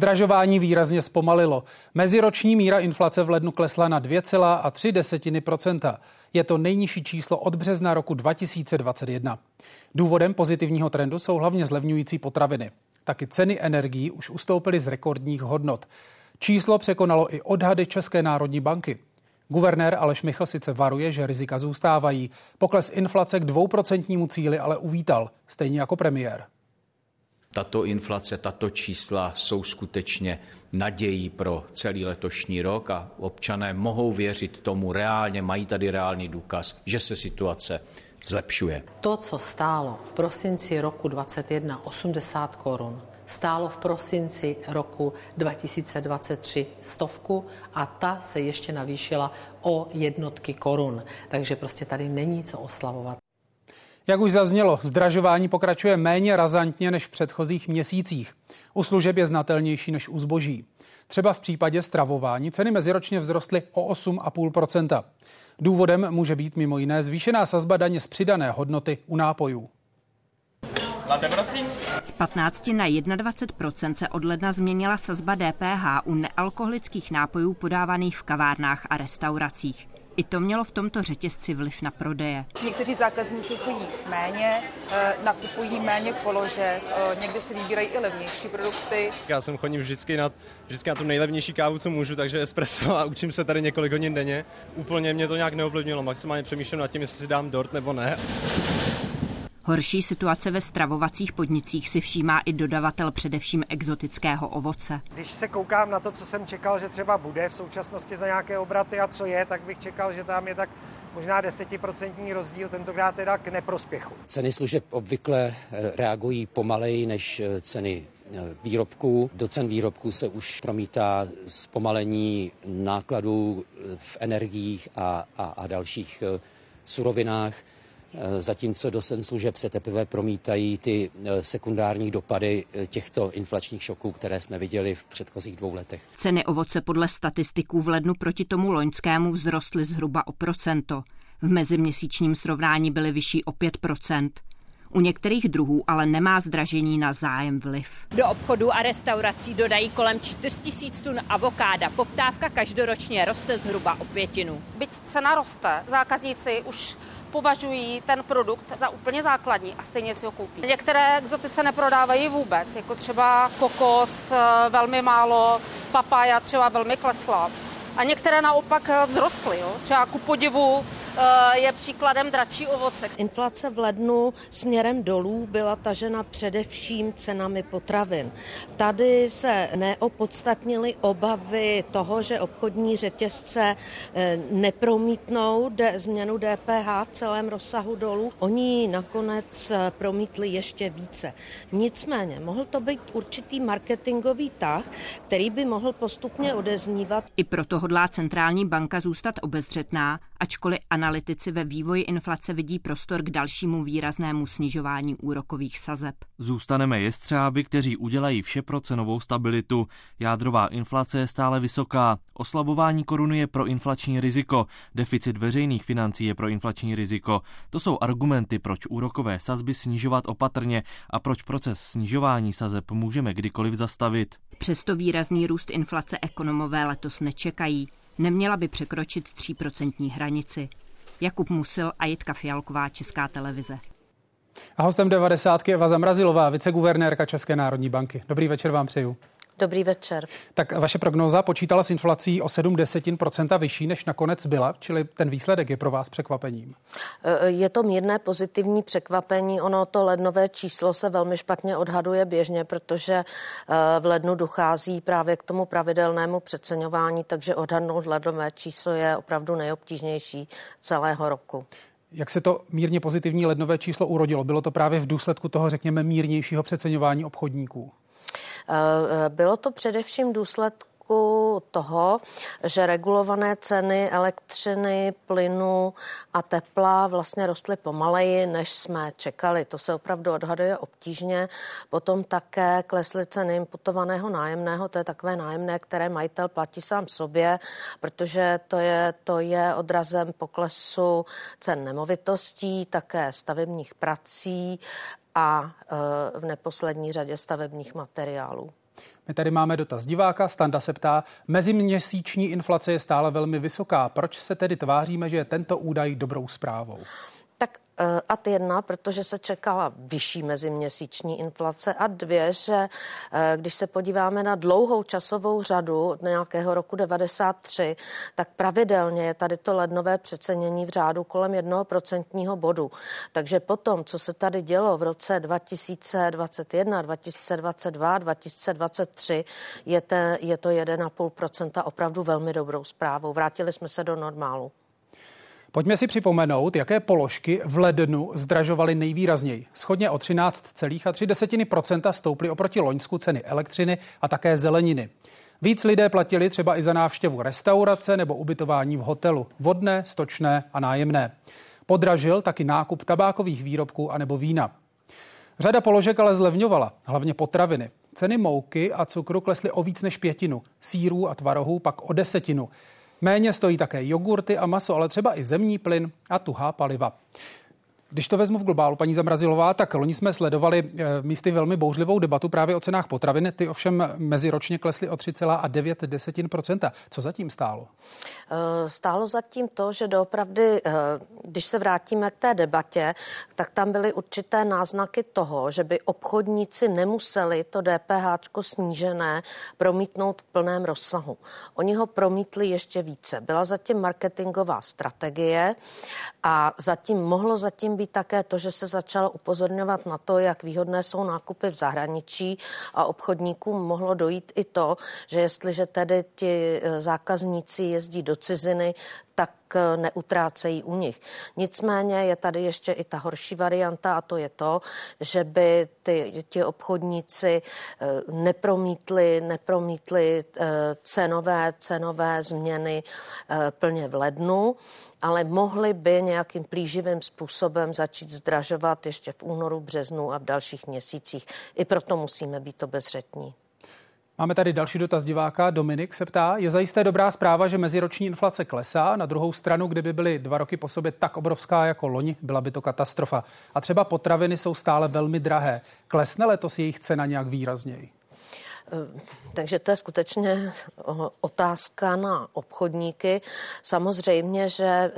Zdražování výrazně zpomalilo. Meziroční míra inflace v lednu klesla na 2,3%. Je to nejnižší číslo od března roku 2021. Důvodem pozitivního trendu jsou hlavně zlevňující potraviny. Taky ceny energií už ustoupily z rekordních hodnot. Číslo překonalo i odhady České národní banky. Guvernér Aleš Michl sice varuje, že rizika zůstávají. Pokles inflace k 2% cíli ale uvítal, stejně jako premiér. Tato inflace, tato čísla jsou skutečně nadějí pro celý letošní rok a občané mohou věřit tomu reálně, mají tady reálný důkaz, že se situace zlepšuje. To, co stálo v prosinci roku 2021 80 korun, stálo v prosinci roku 2023 100 a ta se ještě navýšila o jednotky korun. Takže prostě tady není co oslavovat. Jak už zaznělo, zdražování pokračuje méně razantně než v předchozích měsících. U služeb je znatelnější než u zboží. Třeba v případě stravování ceny meziročně vzrostly o 8,5%. Důvodem může být mimo jiné zvýšená sazba daně z přidané hodnoty u nápojů. Z 15 na 21% se od ledna změnila sazba DPH u nealkoholických nápojů podávaných v kavárnách a restauracích. I to mělo v tomto řetězci vliv na prodeje. Někteří zákazníci chodí méně, nakupují méně položek, někdy si vybírají i levnější produkty. Já jsem chodím vždycky na tu nejlevnější kávu, co můžu, takže espresso a učím se tady několik hodin denně. Úplně mě to nějak neovlivnilo, maximálně přemýšlím nad tím, jestli si dám dort nebo ne. Horší situace ve stravovacích podnicích si všímá i dodavatel především exotického ovoce. Když se koukám na to, co jsem čekal, že třeba bude v současnosti za nějaké obraty a co je, tak bych čekal, že tam je tak možná 10% rozdíl, tentokrát teda k neprospěchu. Ceny služeb obvykle reagují pomaleji než ceny výrobků. Do cen výrobků se už promítá zpomalení nákladů v energiích a dalších surovinách. Zatímco do cen služeb se teprve promítají ty sekundární dopady těchto inflačních šoků, které jsme viděli v předchozích 2 letech. Ceny ovoce podle statistiků v lednu proti tomu loňskému vzrostly zhruba o procento. V meziměsíčním srovnání byly vyšší o 5%. U některých druhů ale nemá zdražení na zájem vliv. Do obchodů a restaurací dodají kolem 4 000 tun avokáda. Poptávka každoročně roste zhruba o 1/5. Byť cena roste, zákazníci už považují ten produkt za úplně základní a stejně si ho koupí. Některé exoty se neprodávají vůbec, jako třeba kokos velmi málo, papája třeba velmi klesla. A některé naopak vzrostly. Třeba ku podivu je příkladem dračí ovoce. Inflace v lednu směrem dolů byla tažena především cenami potravin. Tady se neopodstatnily obavy toho, že obchodní řetězce nepromítnou změnu DPH v celém rozsahu dolů. Oni nakonec promítli ještě více. Nicméně mohl to být určitý marketingový tah, který by mohl postupně odeznívat. I proto hodlá centrální banka zůstat obezřetná, ačkoliv analytici ve vývoji inflace vidí prostor k dalšímu výraznému snižování úrokových sazeb. Zůstaneme jestřáby, kteří udělají vše pro cenovou stabilitu. Jádrová inflace je stále vysoká. Oslabování koruny je proinflační riziko. Deficit veřejných financí je proinflační riziko. To jsou argumenty, proč úrokové sazby snižovat opatrně a proč proces snižování sazeb můžeme kdykoliv zastavit. Přesto výrazný růst inflace ekonomové letos nečekají. Neměla by překročit 3% hranici. Jakub Musil a Jitka Fialková, Česká televize. A hostem 90 Eva Zamrazilová, viceguvernérka České národní banky. Dobrý večer vám přeju. Dobrý večer. Tak vaše prognóza počítala s inflací o 0,7% vyšší, než nakonec byla, čili ten výsledek je pro vás překvapením? Je to mírné pozitivní překvapení. Ono to lednové číslo se velmi špatně odhaduje běžně, protože v lednu dochází právě k tomu pravidelnému přeceňování, takže odhadnout lednové číslo je opravdu nejobtížnější celého roku. Jak se to mírně pozitivní lednové číslo urodilo? Bylo to právě v důsledku toho, řekněme, mírnějšího přeceňování obchodníků? Bylo to především důsledku toho, že regulované ceny elektřiny, plynu a tepla vlastně rostly pomaleji, než jsme čekali. To se opravdu odhaduje obtížně. Potom také klesly ceny imputovaného nájemného. To je takové nájemné, které majitel platí sám sobě, protože to je odrazem poklesu cen nemovitostí, také stavebních prací a v neposlední řadě stavebních materiálů. My tady máme dotaz diváka. Standa se ptá, meziměsíční inflace je stále velmi vysoká. Proč se tedy tváříme, že je tento údaj dobrou zprávou? Tak ad 1, protože se čekala vyšší meziměsíční inflace, a 2, že když se podíváme na dlouhou časovou řadu od nějakého roku 93, tak pravidelně je tady to lednové přecenění v řádu kolem 1% bodu. Takže potom, co se tady dělo v roce 2021, 2022, 2023, je to 1,5% opravdu velmi dobrou zprávou. Vrátili jsme se do normálu. Pojďme si připomenout, jaké položky v lednu zdražovaly nejvýrazněji. Shodně o 13,3% stouply oproti loňsku ceny elektřiny a také zeleniny. Víc lidé platili třeba i za návštěvu restaurace nebo ubytování v hotelu, vodné, stočné a nájemné. Podražil taky nákup tabákových výrobků anebo vína. Řada položek ale zlevňovala, hlavně potraviny. Ceny mouky a cukru klesly o víc než 1/5, sýrů a tvarohů pak o 1/10. Méně stojí také jogurty a maso, ale třeba i zemní plyn a tuhá paliva. Když to vezmu v globálu, paní Zamrazilová, tak loni jsme sledovali místy velmi bouřlivou debatu právě o cenách potravin. Ty ovšem meziročně klesly o 3,9%. Co zatím stálo? Stálo zatím to, že doopravdy, když se vrátíme k té debatě, tak tam byly určité náznaky toho, že by obchodníci nemuseli to DPHčko snížené promítnout v plném rozsahu. Oni ho promítli ještě více. Byla zatím marketingová strategie a mohlo zatím být také to, že se začalo upozorňovat na to, jak výhodné jsou nákupy v zahraničí, a obchodníkům mohlo dojít i to, že jestliže tedy ti zákazníci jezdí do ciziny, tak neutrácejí u nich. Nicméně je tady ještě i ta horší varianta, a to je to, že by ti obchodníci nepromítli cenové změny plně v lednu, ale mohli by nějakým plíživým způsobem začít zdražovat ještě v únoru, březnu a v dalších měsících. I proto musíme být obezřetní. Máme tady další dotaz diváka. Dominik se ptá, je zajisté dobrá zpráva, že meziroční inflace klesá. Na druhou stranu, kdyby byly 2 roky po sobě tak obrovská jako loni, byla by to katastrofa. A třeba potraviny jsou stále velmi drahé. Klesne letos jejich cena nějak výrazněji? Takže to je skutečně otázka na obchodníky. Samozřejmě, že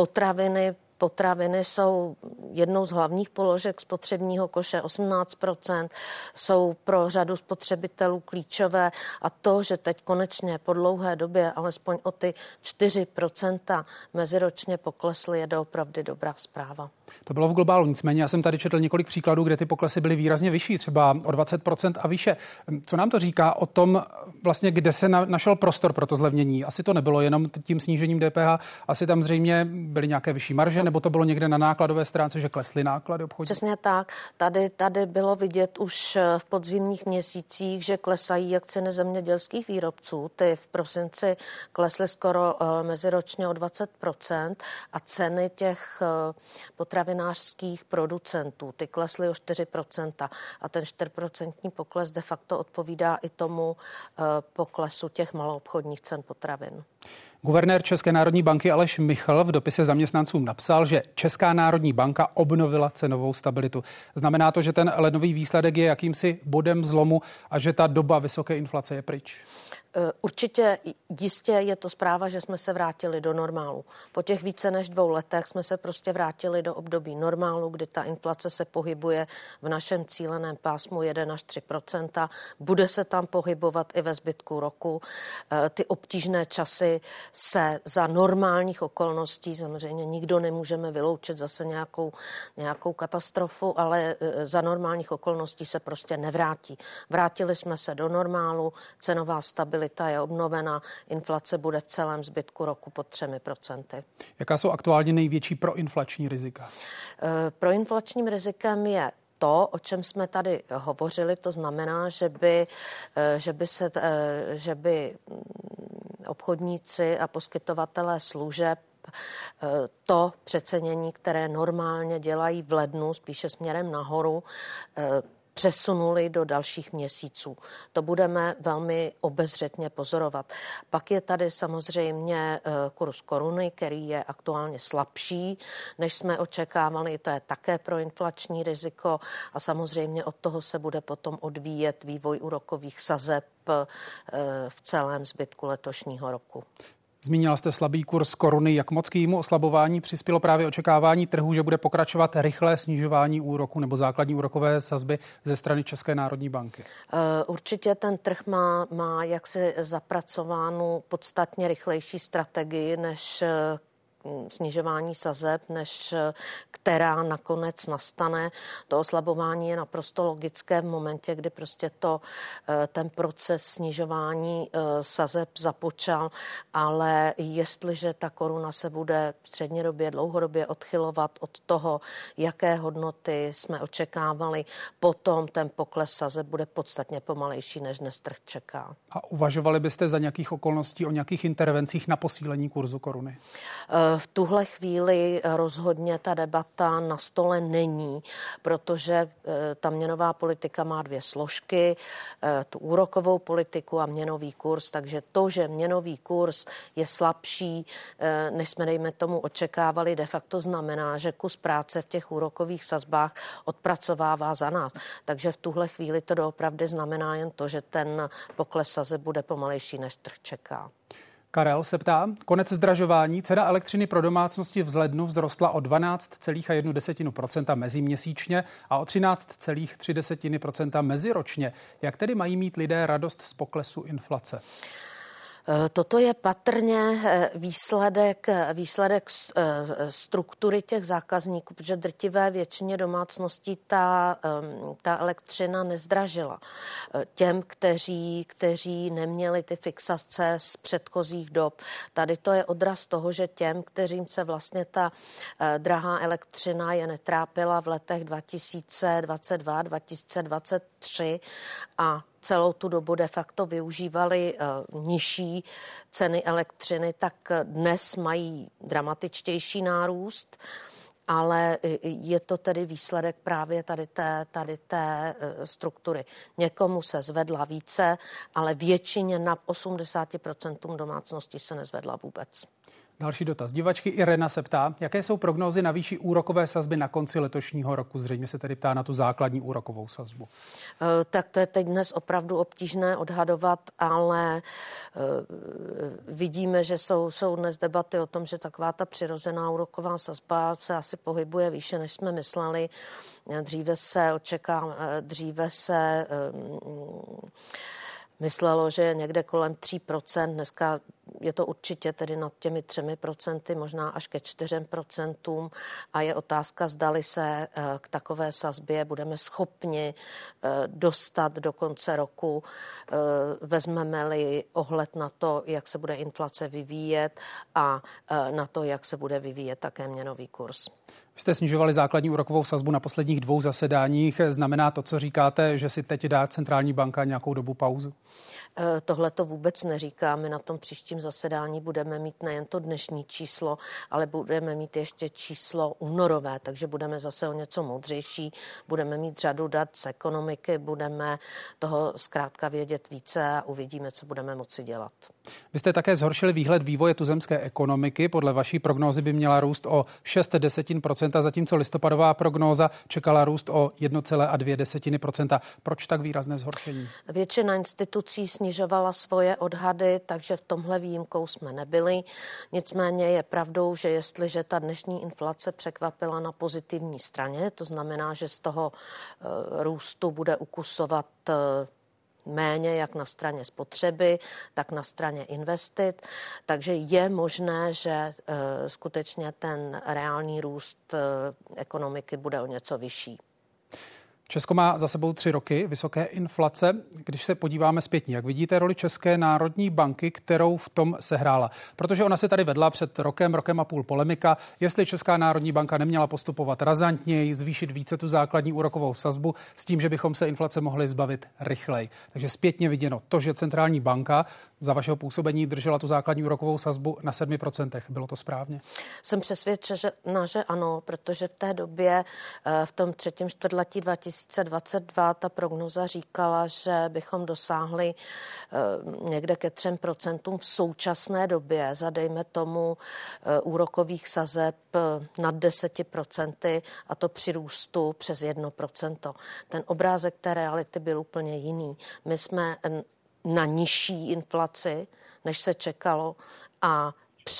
potraviny jsou jednou z hlavních položek spotřebního koše, 18%, jsou pro řadu spotřebitelů klíčové, a to, že teď konečně po dlouhé době alespoň o ty 4% meziročně poklesly, je doopravdy dobrá zpráva. To bylo v globálu, nicméně já jsem tady četl několik příkladů, kde ty poklesy byly výrazně vyšší, třeba o 20% a výše. Co nám to říká o tom, vlastně, kde se našel prostor pro to zlevnění? Asi to nebylo jenom tím snížením DPH, asi tam zřejmě byly nějaké vyšší marže, nebo to bylo někde na nákladové stránce, že klesly náklady obchodní? Přesně tak. Tady bylo vidět už v podzimních měsících, že klesají jak ceny zemědělských výrobců. Ty v prosinci klesly skoro meziročně o 20% a ceny těch potravinářských producentů, ty klesly o 4%, a ten 4% pokles de facto odpovídá i tomu poklesu těch maloobchodních cen potravin. Guvernér České národní banky Aleš Michal v dopise zaměstnancům napsal, že Česká národní banka obnovila cenovou stabilitu. Znamená to, že ten lednový výsledek je jakýmsi bodem zlomu a že ta doba vysoké inflace je pryč? Určitě jistě je to zpráva, že jsme se vrátili do normálu. Po těch více než 2 letech jsme se prostě vrátili do období normálu, kdy ta inflace se pohybuje v našem cíleném pásmu 1 až 3%. Bude se tam pohybovat i ve zbytku roku. Ty obtížné časy se za normálních okolností, samozřejmě nikdo nemůžeme vyloučit zase nějakou katastrofu, ale za normálních okolností se prostě nevrátí. Vrátili jsme se do normálu, cenová stabilita je obnovena, inflace bude v celém zbytku roku pod 3%. Jaká jsou aktuálně největší proinflační rizika? Proinflačním rizikem je to, o čem jsme tady hovořili, to znamená, že by obchodníci a poskytovatelé služeb to přecenění, které normálně dělají v lednu, spíše směrem nahoru, přesunuli do dalších měsíců. To budeme velmi obezřetně pozorovat. Pak je tady samozřejmě kurz koruny, který je aktuálně slabší, než jsme očekávali. To je také proinflační riziko a samozřejmě od toho se bude potom odvíjet vývoj úrokových sazeb v celém zbytku letošního roku. Zmínila jste slabý kurz koruny. Jak moc k jejímu oslabování přispělo právě očekávání trhu, že bude pokračovat rychlé snižování úroku nebo základní úrokové sazby ze strany České národní banky? Určitě ten trh má jaksi zapracovánu podstatně rychlejší strategii než snižování sazeb, než která nakonec nastane. To oslabování je naprosto logické v momentě, kdy prostě ten proces snižování sazeb započal, ale jestliže ta koruna se bude střednědobě, dlouhodobě odchylovat od toho, jaké hodnoty jsme očekávali, potom ten pokles sazeb bude podstatně pomalejší, než dnes trh čeká. A uvažovali byste za nějakých okolností o nějakých intervencích na posílení kurzu koruny? V tuhle chvíli rozhodně ta debata na stole není, protože ta měnová politika má dvě složky, tu úrokovou politiku a měnový kurz, takže to, že měnový kurz je slabší, než jsme dejme tomu očekávali, de facto znamená, že kus práce v těch úrokových sazbách odpracovává za nás. Takže v tuhle chvíli to doopravdy znamená jen to, že ten pokles sazeb bude pomalejší, než trh čeká. Karel se ptá, konec zdražování, cena elektřiny pro domácnosti v lednu vzrostla o 12,1% meziměsíčně a o 13,3% meziročně. Jak tedy mají mít lidé radost z poklesu inflace? Toto je patrně výsledek struktury těch zákazníků, protože drtivé většině domácností ta elektřina nezdražila. Těm, kteří neměli ty fixace z předchozích dob. Tady to je odraz toho, že těm, kterým se vlastně ta drahá elektřina je netrápila v letech 2022, 2023 a celou tu dobu de facto využívali nižší ceny elektřiny, tak dnes mají dramatičtější nárůst, ale je to tedy výsledek právě tady té struktury. Někomu se zvedla více, ale většině na 80% domácností se nezvedla vůbec. Další dotaz. Divačky Irena se ptá, jaké jsou prognózy na výši úrokové sazby na konci letošního roku. Zřejmě se tedy ptá na tu základní úrokovou sazbu. Tak to je teď dnes opravdu obtížné odhadovat, ale vidíme, že jsou dnes debaty o tom, že taková ta přirozená úroková sazba se asi pohybuje výše, než jsme mysleli. Dříve se myslelo, že je někde kolem 3%, dneska je to určitě tedy nad těmi 3%, možná až ke 4% a je otázka, zdali se k takové sazbě budeme schopni dostat do konce roku, vezmeme-li ohled na to, jak se bude inflace vyvíjet a na to, jak se bude vyvíjet také měnový kurz. Vy jste snižovali základní úrokovou sazbu na posledních 2 zasedáních. Znamená to, co říkáte, že si teď dá centrální banka nějakou dobu pauzu? Tohle to vůbec neříká. My na tom příštím zasedání budeme mít nejen to dnešní číslo, ale budeme mít ještě číslo únorové, takže budeme zase o něco moudřejší, budeme mít řadu dat z ekonomiky, budeme toho zkrátka vědět více a uvidíme, co budeme moci dělat. Vy jste také zhoršili výhled vývoje tuzemské ekonomiky. Podle vaší prognózy by měla růst o 0,6%, zatímco listopadová prognóza čekala růst o 1,2%. Proč tak výrazné zhoršení? Většina institucí snižovala svoje odhady, takže v tomhle výjimkou jsme nebyli. Nicméně je pravdou, že jestliže ta dnešní inflace překvapila na pozitivní straně, to znamená, že z toho růstu bude ukusovat méně jak na straně spotřeby, tak na straně investic. Takže je možné, že skutečně ten reálný růst ekonomiky bude o něco vyšší. Česko má za sebou 3 roky vysoké inflace. Když se podíváme zpětně, jak vidíte roli České národní banky, kterou v tom sehrála? Protože ona se tady vedla před rokem a půl polemika, jestli Česká národní banka neměla postupovat razantněji, zvýšit více tu základní úrokovou sazbu s tím, že bychom se inflace mohli zbavit rychleji. Takže zpětně viděno to, že centrální banka za vašeho působení držela tu základní úrokovou sazbu na 7%. Bylo to správně? Jsem přesvědčena, že ano, protože v té době, v tom 3. čtvrtletí 2022 2022 ta prognoza říkala, že bychom dosáhli někde ke 3% v současné době za, dejme tomu, úrokových sazeb nad 10%, a to při růstu přes 1%. Ten obrázek té reality byl úplně jiný. My jsme na nižší inflaci, než se čekalo, a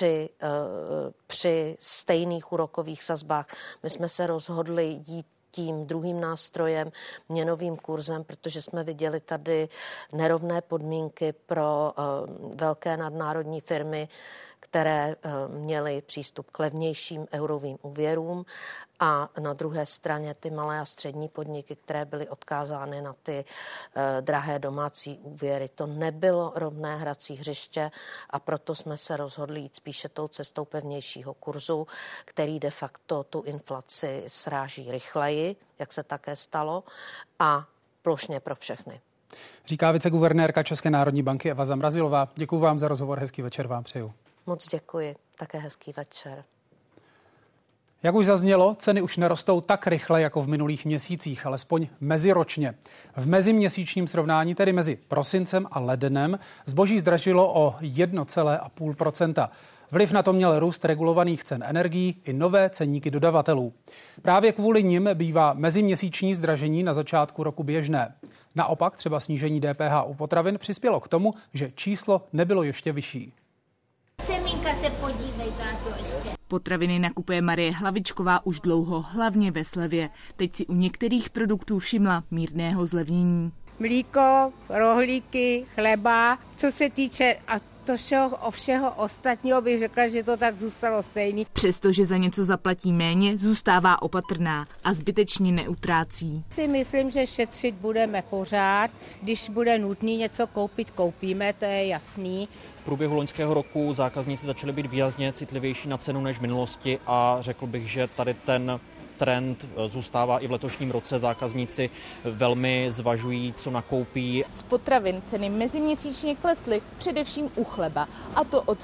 při stejných úrokových sazbách my jsme se rozhodli jít tím druhým nástrojem, měnovým kurzem, protože jsme viděli tady nerovné podmínky pro velké nadnárodní firmy, které měly přístup k levnějším eurovým úvěrům, a na druhé straně ty malé a střední podniky, které byly odkázány na ty drahé domácí úvěry. To nebylo rovné hrací hřiště, a proto jsme se rozhodli jít spíše tou cestou pevnějšího kurzu, který de facto tu inflaci sráží rychleji, jak se také stalo, a plošně pro všechny. Říká viceguvernérka České národní banky Eva Zamrazilová. Děkuji vám za rozhovor, hezký večer vám přeju. Moc děkuji, také hezký večer. Jak už zaznělo, ceny už nerostou tak rychle jako v minulých měsících, alespoň meziročně. V meziměsíčním srovnání, tedy mezi prosincem a lednem, zboží zdražilo o 1,5%. Vliv na to měl růst regulovaných cen energií i nové ceníky dodavatelů. Právě kvůli nim bývá meziměsíční zdražení na začátku roku běžné. Naopak třeba snížení DPH u potravin přispělo k tomu, že číslo nebylo ještě vyšší. Semínka se podívej, táto, ještě. Potraviny nakupuje Marie Hlavičková už dlouho, hlavně ve slevě. Teď si u některých produktů všimla mírného zlevnění. Mlíko, rohlíky, chleba. Co se týče všeho ostatního, bych řekla, že to tak zůstalo stejný. Přestože za něco zaplatí méně, zůstává opatrná a zbytečně neutrácí. Si myslím, že šetřit budeme pořád. Když bude nutný něco koupit, koupíme, to je jasný. V průběhu loňského roku zákazníci začali být výrazně citlivější na cenu než v minulosti a řekl bych, že tady ten trend zůstává i v letošním roce. Zákazníci velmi zvažují, co nakoupí. Z potravin ceny meziměsíčně klesly, především u chleba, a to o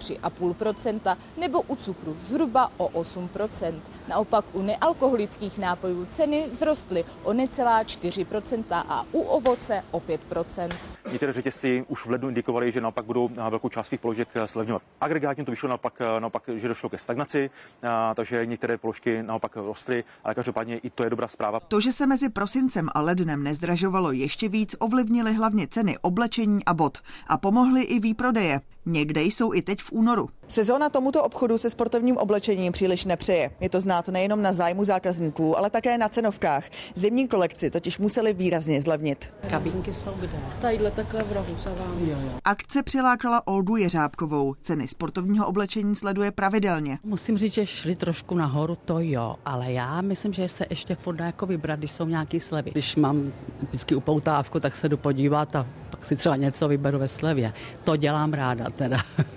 3,5% nebo u cukru zhruba o 8%. Naopak u nealkoholických nápojů ceny vzrostly o necelá 4% a u ovoce o 5%. Některé řetězci už v lednu indikovali, že naopak budou velkou část svých položek slevňovat. Agregátně to vyšlo naopak, že došlo ke stagnaci, takže některé položky naopak rostly, ale každopádně i to je dobrá zpráva. To, že se mezi prosincem a lednem nezdražovalo ještě víc, ovlivnily hlavně ceny oblečení a bot a pomohly i výprodeje. Někde jsou i teď v únoru. Sezóna tomuto obchodu se sportovním oblečením příliš nepřeje. Je to znát nejenom na zájmu zákazníků, ale také na cenovkách. Zimní kolekci totiž museli výrazně zlevnit. Kabinky jsou kde? Tadyhle takhle v rohu za vámi. Jo. Akce přilákala Olgu Jeřábkovou. Ceny sportovního oblečení sleduje pravidelně. Musím říct, že šli trošku nahoru, to jo, ale já myslím, že se ještě furt dá jako vybrat, když jsou nějaký slevy. Když mám vždycky upoutávku, tak se jdu podívat a pak si třeba něco vyberu ve slevě. To dělám ráda teda.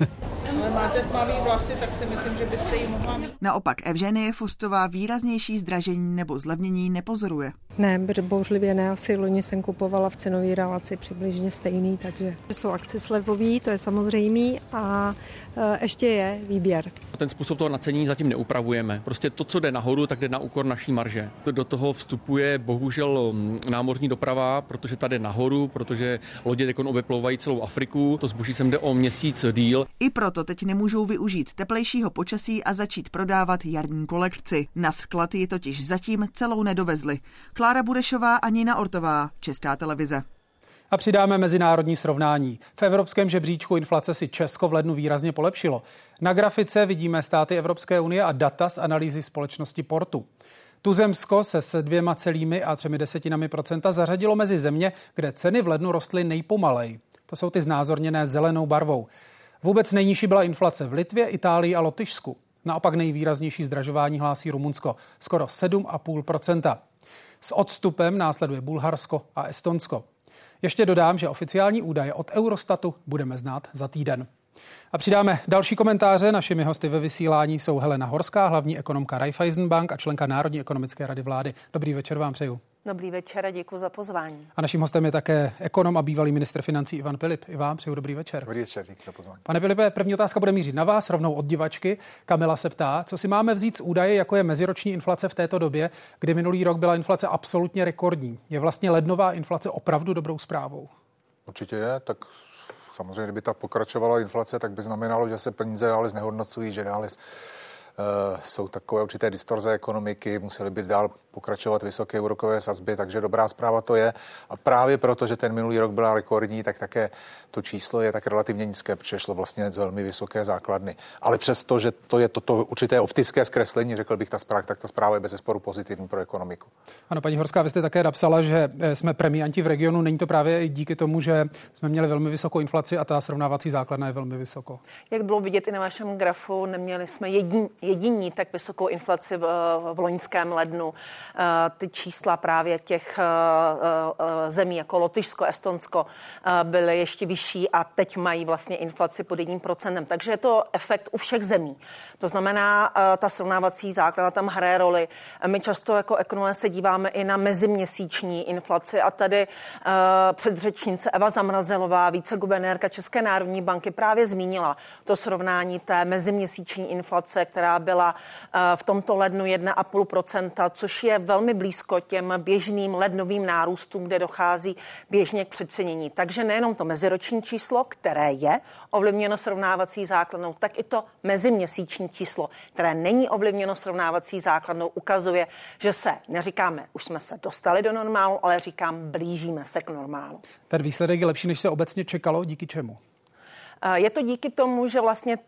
Ale máte tmavý vlasy, tak si myslím, že byste jí mohla mít. Naopak Evženie Forstová výraznější zdražení nebo zlevnění nepozoruje. Ne, bouřlivě ne, asi loni jsem kupovala v cenové relaci přibližně stejný, takže jsou akce slevový, to je samozřejmý, a ještě je výběr. Ten způsob toho nacenění zatím neupravujeme. Prostě to, co jde nahoru, tak jde na úkor naší marže. Do toho vstupuje bohužel námořní doprava, protože tady nahoru, protože lodě teď obeplouvají celou Afriku, to zboží sem jde o měsíc díl. I proto teď nemůžou využít teplejšího počasí a začít prodávat jarní kolekci. Na sklad ji totiž zatím celou nedovezli. Klára Burešová a Nina Ortová, Česká televize. A přidáme mezinárodní srovnání. V evropském žebříčku inflace si Česko v lednu výrazně polepšilo. Na grafice vidíme státy Evropské unie a data z analýzy společnosti Portu. Tuzemsko se 2,3% zařadilo mezi země, kde ceny v lednu rostly nejpomalej. To jsou ty znázorněné zelenou barvou. Vůbec nejnižší byla inflace v Litvě, Itálii a Lotyšsku. Naopak nejvýraznější zdražování hlásí Rumunsko, skoro 7,5%. S odstupem následuje Bulharsko a Estonsko. Ještě dodám, že oficiální údaje od Eurostatu budeme znát za týden. A přidáme další komentáře. Našimi hosty ve vysílání jsou Helena Horská, hlavní ekonomka Raiffeisen Bank a členka Národní ekonomické rady vlády. Dobrý večer vám přeju. Dobrý večer a děkuji za pozvání. A naším hostem je také ekonom a bývalý ministr financí Ivan Pilip. I vám přeju dobrý večer. Dobrý večer, díky za pozvání. Pane Pilipe, první otázka bude mířit na vás, rovnou od divačky. Kamila se ptá, co si máme vzít z údaje, jako je meziroční inflace v této době, kdy minulý rok byla inflace absolutně rekordní. Je vlastně lednová inflace opravdu dobrou zprávou? Určitě je, tak samozřejmě, kdyby ta pokračovala inflace, tak by znamenalo, že se peníze dále znehodnocují, že dále jsou takové určité distorze ekonomiky, musely by dál pokračovat vysoké úrokové sazby, takže dobrá zpráva to je. A právě proto, že ten minulý rok byla rekordní, tak také to číslo je tak relativně nízké, protože šlo vlastně z velmi vysoké základny. Ale přesto, že to je toto určité optické zkreslení, řekl bych, ta zpráva je bezesporu pozitivní pro ekonomiku. Ano, paní Horská, vy jste také napsala, že jsme premianti v regionu. Není to právě i díky tomu, že jsme měli velmi vysokou inflaci a ta srovnávací základna je velmi vysoko? Jak bylo vidět i na vašem grafu, neměli jsme jediní tak vysokou inflaci v loňském lednu. Ty čísla právě těch zemí jako Lotyšsko, Estonsko byly ještě vyšší a teď mají vlastně inflaci pod 1%. Takže je to efekt u všech zemí. To znamená, ta srovnávací základna tam hraje roli. My často jako ekonomové se díváme i na meziměsíční inflaci a tady předřečnice Eva Zamrazilová, viceguvernérka České národní banky, právě zmínila to srovnání té meziměsíční inflace, která byla v tomto lednu 1,5%, což je velmi blízko těm běžným lednovým nárůstům, kde dochází běžně k přecenění. Takže nejenom to meziroční číslo, které je ovlivněno srovnávací základnou, tak i to meziměsíční číslo, které není ovlivněno srovnávací základnou, ukazuje, že se neříkáme, už jsme se dostali do normálu, ale říkám, blížíme se k normálu. Ten výsledek je lepší, než se obecně čekalo, díky čemu? Je to díky tomu, že vlastně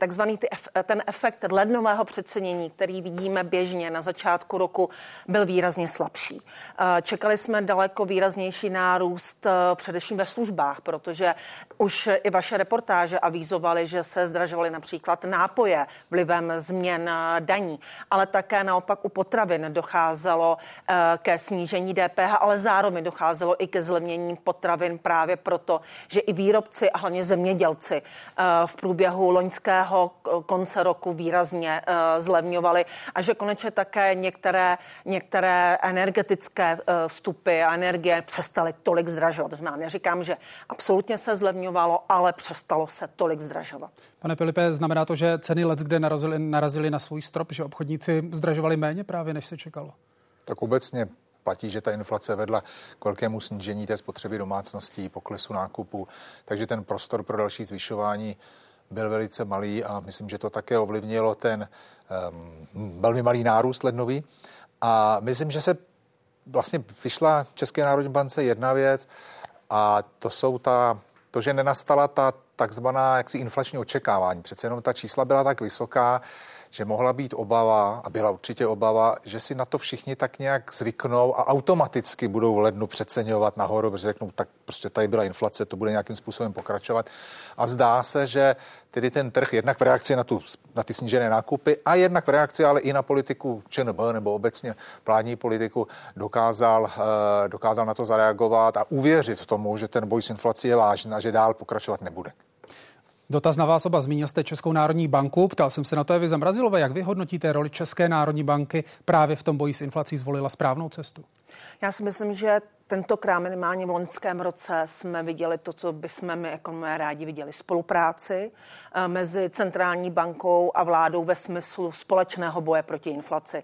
ten efekt lednového přecenění, který vidíme běžně na začátku roku, byl výrazně slabší. Čekali jsme daleko výraznější nárůst především ve službách, protože už i vaše reportáže avízovaly, že se zdražovaly například nápoje vlivem změn daní, ale také naopak u potravin docházelo ke snížení DPH, ale zároveň docházelo i ke zlevnění potravin právě proto, že i výrobci a hlavně zemědělci v průběhu loňského konce roku výrazně zlevňovaly a že konečně také některé energetické vstupy a energie přestaly tolik zdražovat. To znamená, neříkám, že absolutně se zlevňovalo, ale přestalo se tolik zdražovat. Pane Pilipe, znamená to, že ceny leckde narazily na svůj strop, že obchodníci zdražovali méně právě, než se čekalo? Tak obecně platí, že ta inflace vedla k velkému snížení té spotřeby domácností, poklesu nákupu, takže ten prostor pro další zvyšování byl velice malý a myslím, že to také ovlivnilo ten velmi malý nárůst lednový. A myslím, že se vlastně vyšla České národní bance jedna věc a to, že nenastala ta takzvaná jaksi inflační očekávání. Přece jenom ta čísla byla tak vysoká, že mohla být obava, a byla určitě obava, že si na to všichni tak nějak zvyknou a automaticky budou v lednu přeceňovat nahoru, protože řeknou, tak prostě tady byla inflace, to bude nějakým způsobem pokračovat. A zdá se, že tedy ten trh jednak v reakci na ty snížené nákupy a jednak v reakci ale i na politiku ČNB nebo obecně vládní politiku dokázal na to zareagovat a uvěřit tomu, že ten boj s inflací je vážný a že dál pokračovat nebude. Dotaz na vás oba. Zmínil jste Českou národní banku. Ptal jsem se na to Evy Zamrazilové. Jak vy hodnotíte roli České národní banky právě v tom boji s inflací? Zvolila správnou cestu? Já si myslím, že tentokrát minimálně v loňském roce jsme viděli to, co bychom my ekonomové rádi viděli. Spolupráci mezi centrální bankou a vládou ve smyslu společného boje proti inflaci.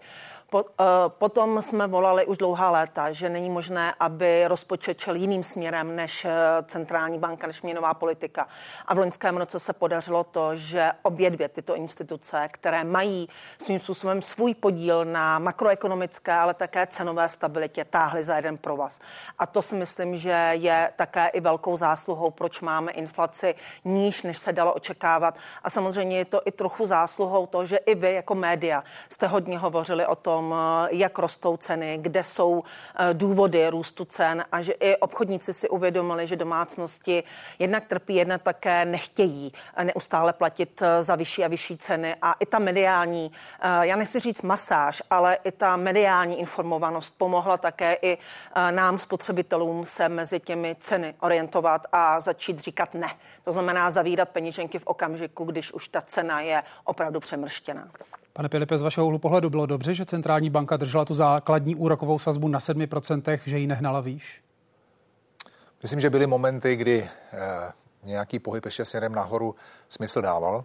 Potom jsme volali už dlouhá léta, že není možné, aby rozpočet šel jiným směrem než centrální banka, než měnová politika. A v loňském roce se podařilo to, že obě dvě tyto instituce, které mají svým způsobem svůj podíl na makroekonomické, ale také cenové stabilitě, táhly za jeden provaz. A to si myslím, že je také i velkou zásluhou, proč máme inflaci níž, než se dalo očekávat. A samozřejmě je to i trochu zásluhou toho, že i vy jako média jste hodně hovořili o tom, jak rostou ceny, kde jsou důvody růstu cen a že i obchodníci si uvědomili, že domácnosti jednak trpí, jednak také nechtějí neustále platit za vyšší a vyšší ceny a i ta mediální, já nechci říct masáž, ale i ta mediální informovanost pomohla také i nám, spotřebitelům, se mezi těmi ceny orientovat a začít říkat ne. To znamená zavírat peněženky v okamžiku, když už ta cena je opravdu přemrštěná. Pane Pilipe, z vašeho úhlu pohledu bylo dobře, že centrální banka držela tu základní úrokovou sazbu na 7%, že ji nehnala výš? Myslím, že byly momenty, kdy nějaký pohyb ještě směrem nahoru smysl dával.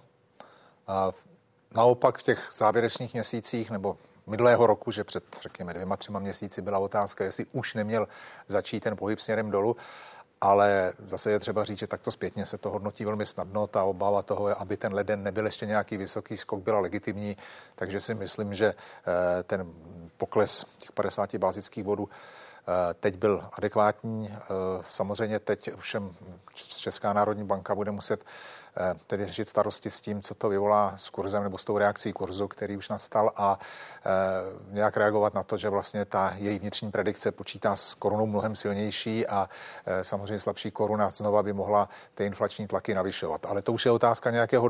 Naopak v těch závěrečných měsících nebo minulého roku, že před, řekněme, 2-3 měsíci byla otázka, jestli už neměl začít ten pohyb směrem dolů, ale zase je třeba říct, že takto zpětně se to hodnotí velmi snadno. Ta obava toho, aby ten leden nebyl ještě nějaký vysoký skok, byla legitimní, takže si myslím, že ten pokles těch 50 bazických bodů teď byl adekvátní. Samozřejmě teď ovšem Česká národní banka bude muset tedy řešit starosti s tím, co to vyvolá s kurzem nebo s tou reakcí kurzu, který už nastal, a nějak reagovat na to, že vlastně ta její vnitřní predikce počítá s korunou mnohem silnější a samozřejmě slabší koruna znova by mohla ty inflační tlaky navyšovat. Ale to už je otázka nějakého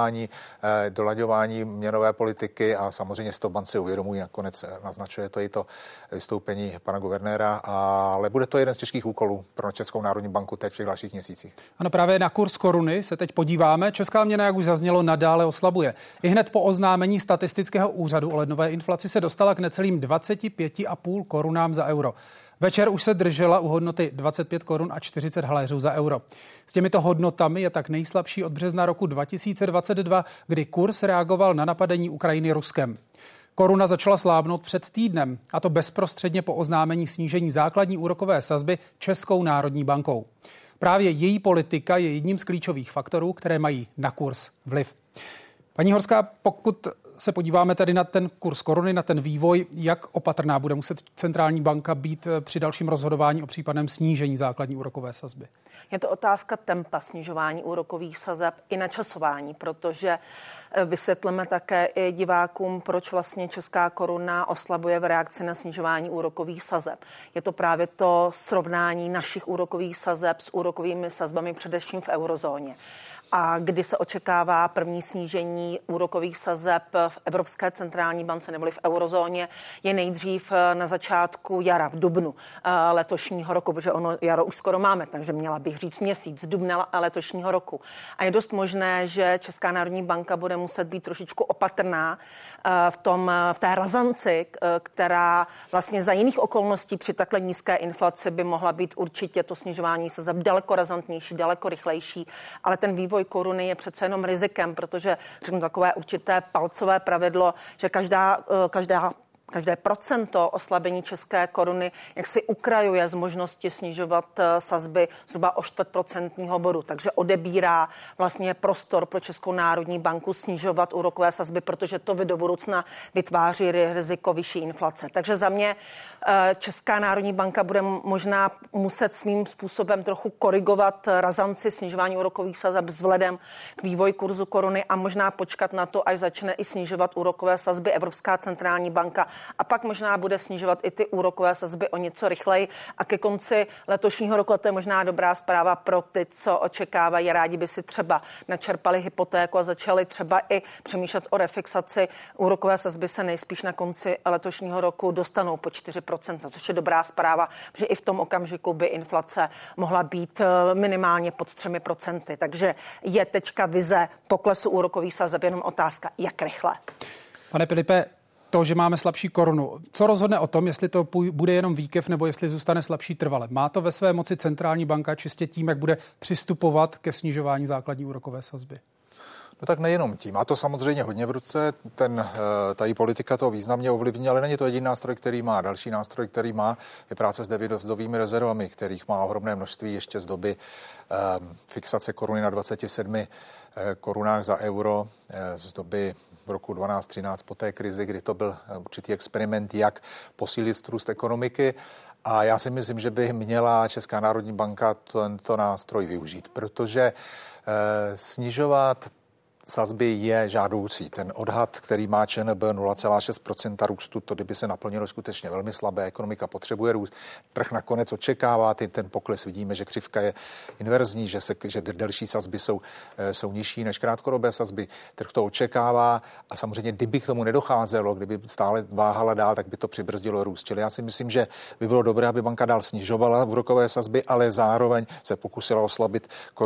dolaďování měnové politiky a samozřejmě to banci uvědomují, nakonec naznačuje to i to vystoupení pana guvernéra, ale bude to jeden z těžkých úkolů pro Českou národní banku teď v těch dalších měsících. Ano, právě na kurz koruny se teď podíváme. Česká měna, jak už zaznělo, nadále oslabuje. I hned po oznámení statistického úřadu o lednové inflaci se dostala k necelým 25,5 korunám za euro. Večer už se držela u hodnoty 25 korun a 40 haléřů za euro. S těmito hodnotami je tak nejslabší od března roku 2022, kdy kurz reagoval na napadení Ukrajiny Ruskem. Koruna začala slábnout před týdnem, a to bezprostředně po oznámení snížení základní úrokové sazby Českou národní bankou. Právě její politika je jedním z klíčových faktorů, které mají na kurz vliv. Paní Horská, pokud se podíváme tady na ten kurz koruny, na ten vývoj, jak opatrná bude muset centrální banka být při dalším rozhodování o případném snížení základní úrokové sazby? Je to otázka tempa snižování úrokových sazeb i načasování, protože vysvětlíme také i divákům, proč vlastně česká koruna oslabuje v reakci na snižování úrokových sazeb. Je to právě to srovnání našich úrokových sazeb s úrokovými sazbami především v eurozóně. A kdy se očekává první snížení úrokových sazeb v Evropské centrální bance neboli v eurozóně, je nejdřív na začátku jara, v dubnu letošního roku, protože ono jaro už skoro máme, takže měla bych říct měsíc, dubna letošního roku. A je dost možné, že Česká národní banka bude muset být trošičku opatrná v té razanci, která vlastně za jiných okolností při takhle nízké inflaci by mohla být určitě to snižování sazeb daleko razantnější, daleko rychlejší, ale ten vývoj koruny je přece jenom rizikem, protože řeknu takové určité palcové pravidlo, že každé procento oslabení české koruny jak si ukrajuje z možnosti snižovat sazby zhruba o 0,25% bodu. Takže odebírá vlastně prostor pro Českou národní banku snižovat úrokové sazby, protože to do budoucna vytváří riziko vyšší inflace. Takže za mě Česká národní banka bude možná muset svým způsobem trochu korigovat razanci snižování úrokových sazeb vzhledem k vývoji kurzu koruny a možná počkat na to, až začne i snižovat úrokové sazby Evropská centrální banka. A pak možná bude snižovat i ty úrokové sazby o něco rychleji a ke konci letošního roku, a to je možná dobrá zpráva pro ty, co očekávají, rádi by si třeba načerpali hypotéku a začali třeba i přemýšlet o refixaci. Úrokové sazby se nejspíš na konci letošního roku dostanou po 4%, což je dobrá zpráva, že i v tom okamžiku by inflace mohla být minimálně pod 3%. Takže je teďka vize poklesu úrokových sazeb, jenom otázka, jak rychle. Pane Pilipe, to, že máme slabší korunu, co rozhodne o tom, jestli to bude jenom výkyv nebo jestli zůstane slabší trvale? Má to ve své moci centrální banka čistě tím, jak bude přistupovat ke snižování základní úrokové sazby? No tak nejenom tím. Má to samozřejmě hodně v ruce. Ta její politika to významně ovlivní, ale není to jediný nástroj, který má. Další nástroj, který má, je práce s devizovými rezervami, kterých má ohromné množství ještě z doby fixace koruny na 27 korunách za euro, z doby roku 12-13 po té krizi, kdy to byl určitý experiment, jak posílit růst ekonomiky. A já si myslím, že by měla Česká národní banka tento nástroj využít, protože snižovat sazby je žádoucí. Ten odhad, který má ČNB 0,6% růstu, to kdyby se naplnilo skutečně velmi slabé, ekonomika potřebuje růst. Trh nakonec očekává ten pokles. Vidíme, že křivka je inverzní, že delší sazby jsou nižší než krátkodobé sazby. Trh to očekává a samozřejmě, kdyby k tomu nedocházelo, kdyby stále váhala dál, tak by to přibrzdilo růst. Čili já si myslím, že by bylo dobré, aby banka dál snižovala úrokové sazby, ale zároveň se pokusila oslabit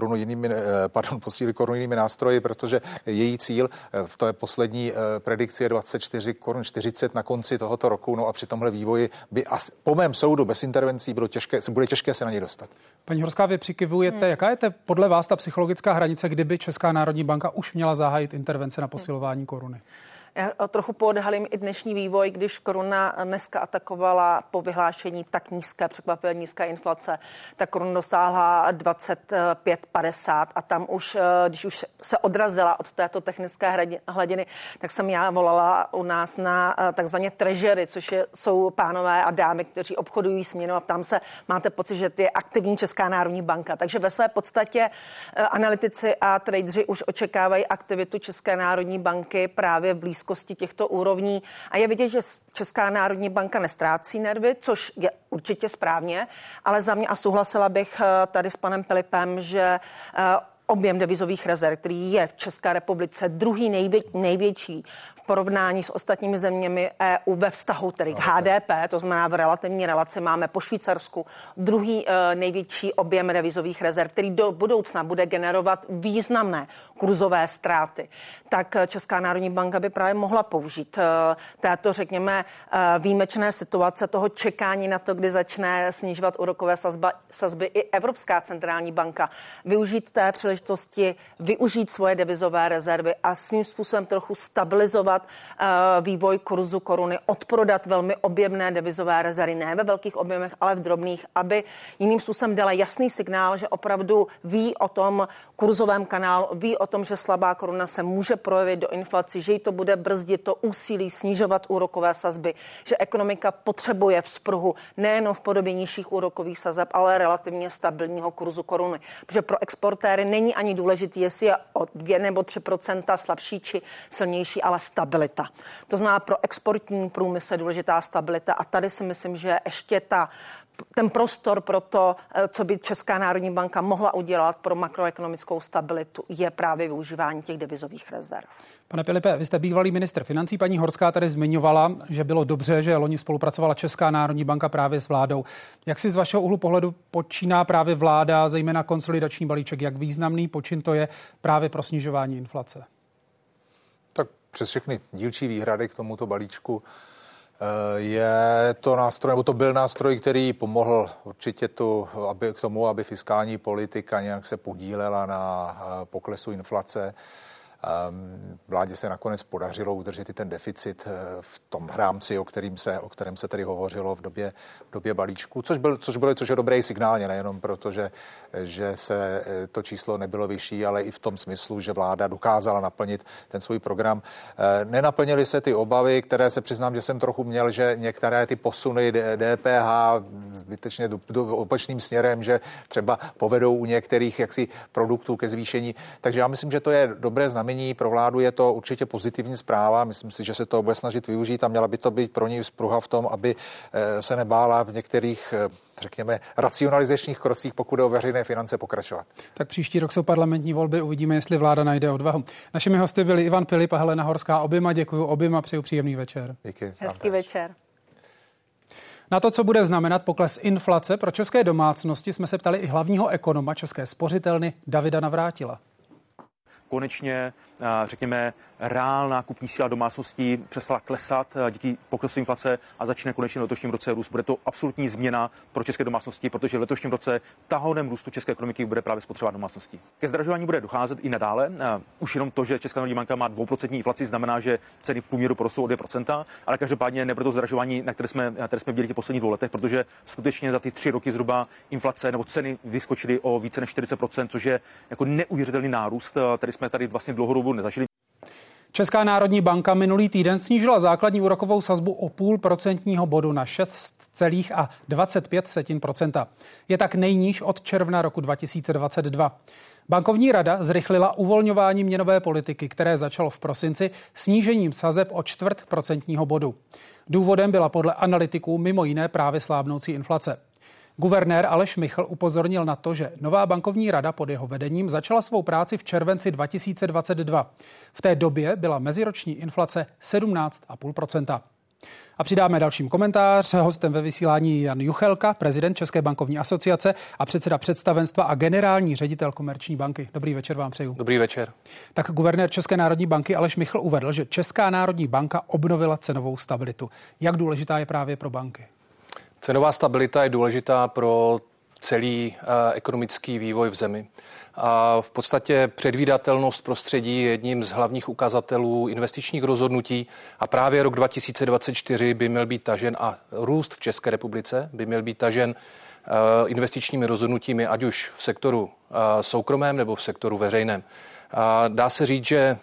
posílit korunu jinými nástroji, protože její cíl v té poslední predikci je 24 korun 40 na konci tohoto roku. No a při tomhle vývoji by po mém soudu bez intervencí bude těžké se na něj dostat. Paní Horská, vy přikivujete, jaká je podle vás ta psychologická hranice, kdyby Česká národní banka už měla zahájit intervence na posilování koruny? Já trochu poodhalím i dnešní vývoj, když koruna dneska atakovala po vyhlášení tak překvapivě nízké inflace, tak koruna dosáhla 25,50 a tam už, když už se odrazila od této technické hladiny, tak jsem já volala u nás na takzvané treasury, což jsou pánové a dámy, kteří obchodují s měnou a tam se máte pocit, že je aktivní Česká národní banka. Takže ve své podstatě analytici a tradeři už očekávají aktivitu České národní banky právě v blízkosti těchto úrovní a je vidět, že Česká národní banka nestrácí nervy, což je určitě správně, ale za mě a souhlasila bych tady s panem Pilipem, že objem devizových rezerv, který je v České republice druhý největší v porovnání s ostatními zeměmi EU ve vztahu tedy k HDP, to znamená v relativní relaci máme po Švýcarsku druhý největší objem devizových rezerv, který do budoucna bude generovat významné kurzové ztráty. Tak Česká národní banka by právě mohla použít této, řekněme, výjimečné situace toho čekání na to, kdy začne snižovat úrokové sazby i Evropská centrální banka. Využít té příležitosti, využít svoje devizové rezervy a svým způsobem trochu stabilizovat vývoj kurzu koruny, odprodat velmi objemné devizové rezervy, ne ve velkých objemech, ale v drobných, aby jiným způsobem dala jasný signál, že opravdu ví o tom kurzovém kanálu, ví o tom, že slabá koruna se může projevit do inflace, že jí to bude brzdit to úsilí snižovat úrokové sazby, že ekonomika potřebuje vzpruhu nejen v podobě nižších úrokových sazeb, ale relativně stabilního kurzu koruny. Protože pro exportéry není ani důležitý, jestli je o 2 nebo 3% slabší či silnější, ale stabilita. To znamená pro exportní průmysl důležitá stabilita a tady si myslím, že ještě ten prostor pro to, co by Česká národní banka mohla udělat pro makroekonomickou stabilitu, je právě využívání těch devizových rezerv. Pane Pilipe, vy jste bývalý ministr financí, paní Horská tady zmiňovala, že bylo dobře, že loni spolupracovala Česká národní banka právě s vládou. Jak si z vašeho úhlu pohledu počíná právě vláda, zejména konsolidační balíček, jak významný počin to je právě pro snižování inflace? Tak přes všechny dílčí výhrady k tomuto balíčku je to nástroj, nebo to byl nástroj, který pomohl určitě k tomu, aby fiskální politika nějak se podílela na poklesu inflace. Vládě se nakonec podařilo udržet i ten deficit v tom rámci, o kterém se tedy hovořilo v době balíčku, což je dobrý signál, nejenom proto, že se to číslo nebylo vyšší, ale i v tom smyslu, že vláda dokázala naplnit ten svůj program. Nenaplnily se ty obavy, které se přiznám, že jsem trochu měl, že některé ty posuny DPH zbytečně opačným směrem, že třeba povedou u některých jaksi produktů ke zvýšení. Takže já myslím, že to je dobré znamení. Pro vládu je to určitě pozitivní zpráva. Myslím si, že se to bude snažit využít a měla by to být pro ní spruha v tom, aby se nebála v některých, řekněme, racionalizačních krocích, pokud jde o veřejné finance, pokračovat. Tak příští rok jsou parlamentní volby, uvidíme, jestli vláda najde odvahu. Našimi hosty byli Ivan Pilip a Helena Horská. Oběma děkuju, oběma přeju příjemný večer. Díky. Hezký večer. Na to, co bude znamenat pokles inflace pro české domácnosti, jsme se ptali i hlavního ekonoma České spořitelny Davida Navrátila. Konečně, řekněme, reálná kupní síla domácností přestala klesat díky poklesu inflace a začne konečně v letošním roce růst. Bude to absolutní změna pro české domácnosti, protože v letošním roce tahounem růstu české ekonomiky bude právě spotřeba domácností. Ke zdražování bude docházet i nadále. Už jenom to, že Česká národní banka má 2% inflaci, znamená, že ceny v průměru porostou o 2%, ale každopádně nebude to zdražování, na které jsme viděli v posledních 2 letech, protože skutečně za ty 3 roky zhruba inflace nebo ceny vyskočily o více než 40%, což je jako neuvěřitelný nárůst, který jsme tady vlastně dlouhodobou nezažili. Česká národní banka minulý týden snížila základní úrokovou sazbu o 0,5% bodu na 6,25%. Je tak nejníž od června roku 2022. Bankovní rada zrychlila uvolňování měnové politiky, které začalo v prosinci snížením sazeb o 0,25% bodu. Důvodem byla podle analytiků mimo jiné právě slábnoucí inflace. Guvernér Aleš Michl upozornil na to, že nová bankovní rada pod jeho vedením začala svou práci v červenci 2022. V té době byla meziroční inflace 17,5%. A přidáme dalším komentář. Hostem ve vysílání Jan Juchelka, prezident České bankovní asociace a předseda představenstva a generální ředitel Komerční banky. Dobrý večer vám přeju. Dobrý večer. Tak guvernér České národní banky Aleš Michl uvedl, že Česká národní banka obnovila cenovou stabilitu. Jak důležitá je právě pro banky? Cenová stabilita je důležitá pro celý ekonomický vývoj v zemi. A v podstatě předvídatelnost prostředí je jedním z hlavních ukazatelů investičních rozhodnutí a právě rok 2024 by měl být tažen a růst v České republice by měl být tažen investičními rozhodnutími, ať už v sektoru soukromém nebo v sektoru veřejném. Dá se říct, že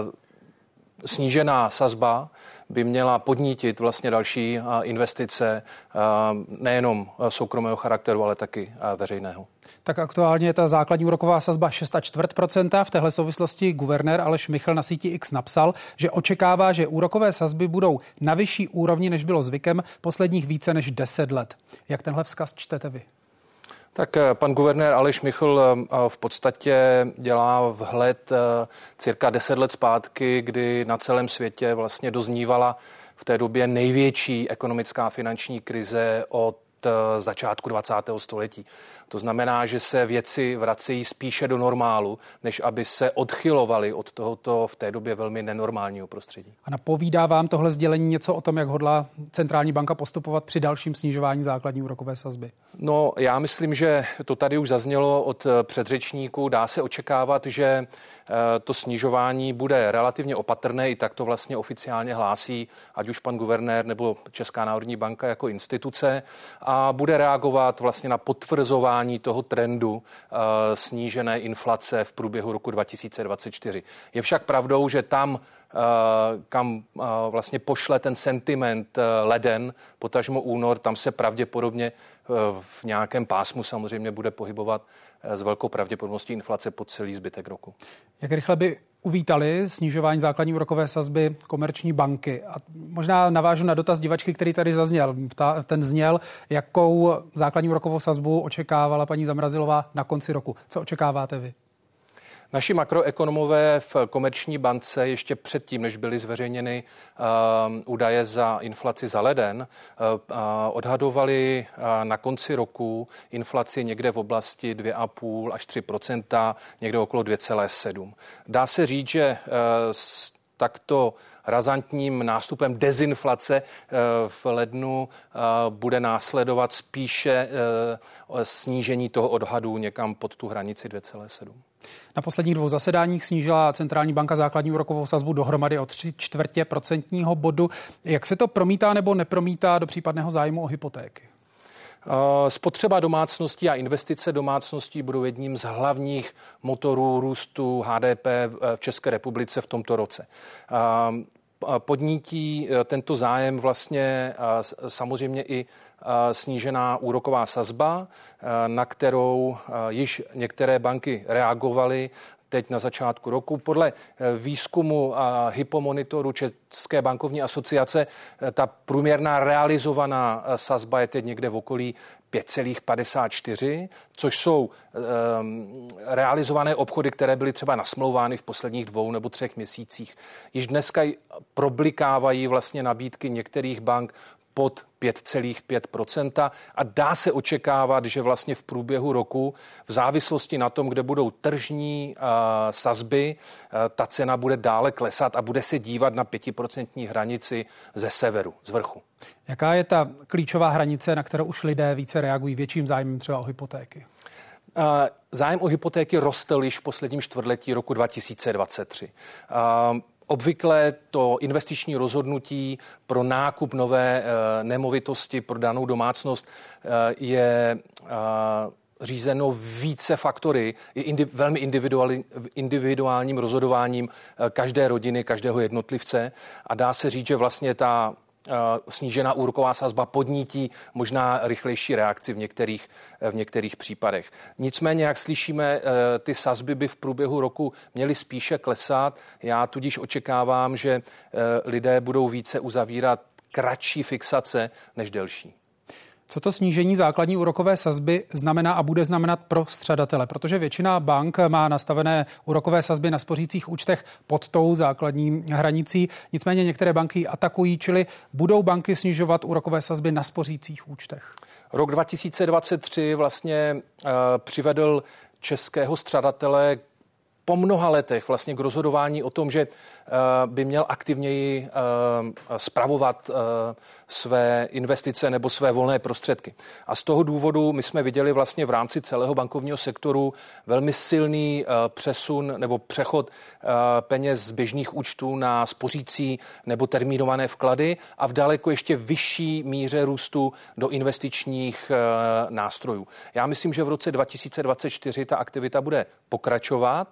snížená sazba by měla podnítit vlastně další investice nejenom soukromého charakteru, ale taky veřejného. Tak aktuálně je ta základní úroková sazba 6,25%. V téhle souvislosti guvernér Aleš Michl na síti X napsal, že očekává, že úrokové sazby budou na vyšší úrovni, než bylo zvykem posledních více než 10 let. Jak tenhle vzkaz čtete vy? Tak pan guvernér Aleš Michl v podstatě dělá vhled cirka 10 let zpátky, kdy na celém světě vlastně doznívala v té době největší ekonomická finanční krize od začátku 20. století. To znamená, že se věci vracejí spíše do normálu, než aby se odchylovaly od tohoto v té době velmi nenormálního prostředí. A napovídá vám tohle sdělení něco o tom, jak hodlá centrální banka postupovat při dalším snižování základní úrokové sazby? No, já myslím, že to tady už zaznělo od předřečníků. Dá se očekávat, že to snižování bude relativně opatrné, i tak to vlastně oficiálně hlásí, ať už pan guvernér nebo Česká národní banka jako instituce, a bude reagovat vlastně na potvrzování toho trendu snížené inflace v průběhu roku 2024. Je však pravdou, že tam, kam vlastně pošle ten sentiment leden, potažmo únor, tam se pravděpodobně v nějakém pásmu samozřejmě bude pohybovat s velkou pravděpodobností inflace po celý zbytek roku. Jak rychle by uvítali snižování základní úrokové sazby Komerční banky? A možná navážu na dotaz divačky, který tady zazněl. Ten zněl, jakou základní úrokovou sazbu očekávala paní Zamrazilová na konci roku. Co očekáváte vy? Naši makroekonomové v Komerční bance ještě předtím, než byly zveřejněny údaje za inflaci za leden, odhadovali na konci roku inflaci někde v oblasti 2,5 až 3%, někde okolo 2,7%. Dá se říct, že s takto razantním nástupem dezinflace v lednu bude následovat spíše snížení toho odhadu někam pod tu hranici 2,7. Na posledních 2 zasedáních snížila centrální banka základní úrokovou sazbu dohromady o 0,75% bodu. Jak se to promítá nebo nepromítá do případného zájmu o hypotéky? Spotřeba domácností a investice domácností budou jedním z hlavních motorů růstu HDP v České republice v tomto roce. Podnítí tento zájem vlastně samozřejmě i snížená úroková sazba, na kterou již některé banky reagovaly teď na začátku roku. Podle výzkumu Hypomonitoru České bankovní asociace ta průměrná realizovaná sazba je teď někde v okolí 5,54, což jsou realizované obchody, které byly třeba nasmlouvány v posledních 2 nebo 3 měsících. Již dneska problikávají vlastně nabídky některých bank pod 5,5% a dá se očekávat, že vlastně v průběhu roku v závislosti na tom, kde budou tržní sazby, ta cena bude dále klesat a bude se dívat na 5% hranici ze severu, z vrchu. Jaká je ta klíčová hranice, na kterou už lidé více reagují větším zájmem třeba o hypotéky? Zájem o hypotéky rostl již v posledním čtvrtletí roku 2023. Obvykle to investiční rozhodnutí pro nákup nové nemovitosti pro danou domácnost je řízeno více faktory, i velmi individuálním rozhodováním každé rodiny, každého jednotlivce a dá se říct, že vlastně ta snížená úroková sazba podnítí možná rychlejší reakci v některých případech. Nicméně, jak slyšíme, ty sazby by v průběhu roku měly spíše klesat. Já tudíž očekávám, že lidé budou více uzavírat kratší fixace než delší. Co to snížení základní úrokové sazby znamená a bude znamenat pro střadatele? Protože většina bank má nastavené úrokové sazby na spořících účtech pod tou základní hranicí. Nicméně některé banky atakují, čili budou banky snižovat úrokové sazby na spořících účtech. Rok 2023 vlastně přivedl českého střadatele po mnoha letech vlastně k rozhodování o tom, že by měl aktivněji spravovat své investice nebo své volné prostředky. A z toho důvodu my jsme viděli vlastně v rámci celého bankovního sektoru velmi silný přesun nebo přechod peněz z běžných účtů na spořící nebo termínované vklady a v daleko ještě vyšší míře růstu do investičních nástrojů. Já myslím, že v roce 2024 ta aktivita bude pokračovat.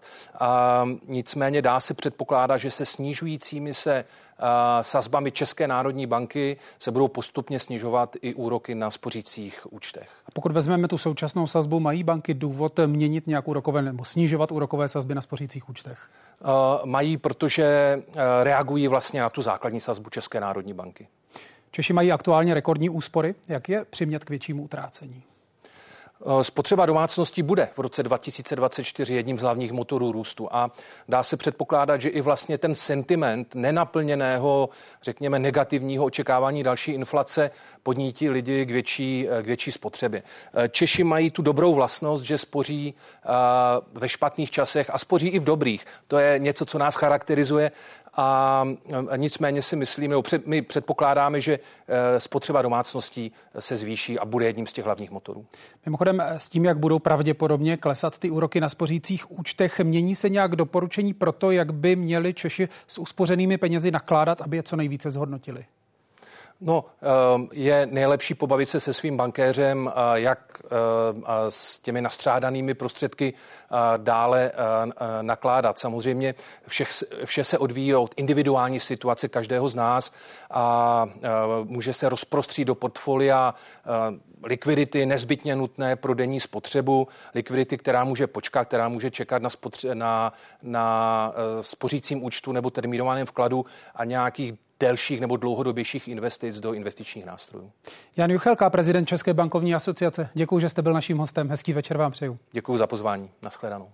Nicméně dá se předpokládat, že se snižujícími se sazbami České národní banky se budou postupně snižovat i úroky na spořících účtech. A pokud vezmeme tu současnou sazbu, mají banky důvod měnit nějak úrokové nebo snižovat úrokové sazby na spořících účtech? Mají, protože reagují vlastně na tu základní sazbu České národní banky. Češi mají aktuálně rekordní úspory. Jak je přimět k většímu utrácení? Spotřeba domácností bude v roce 2024 jedním z hlavních motorů růstu a dá se předpokládat, že i vlastně ten sentiment nenaplněného, řekněme, negativního očekávání další inflace podnítí lidi k větší spotřebě. Češi mají tu dobrou vlastnost, že spoří ve špatných časech a spoří i v dobrých. To je něco, co nás charakterizuje. A nicméně si myslím, my předpokládáme, že spotřeba domácností se zvýší a bude jedním z těch hlavních motorů. Mimochodem s tím, jak budou pravděpodobně klesat ty úroky na spořících účtech, mění se nějak doporučení pro to, jak by měli Češi s uspořenými penězi nakládat, aby je co nejvíce zhodnotili? No, je nejlepší pobavit se se svým bankéřem, jak s těmi nastřádanými prostředky dále nakládat. Samozřejmě vše se odvíjí od individuální situace každého z nás a může se rozprostřít do portfolia likvidity nezbytně nutné pro denní spotřebu, likvidity, která může počkat, která může čekat na spořícím účtu nebo termínovaném vkladu a nějakých delších nebo dlouhodobějších investic do investičních nástrojů. Jan Juchelka, prezident České bankovní asociace. Děkuji, že jste byl naším hostem. Hezký večer vám přeju. Děkuji za pozvání. Nashledanou.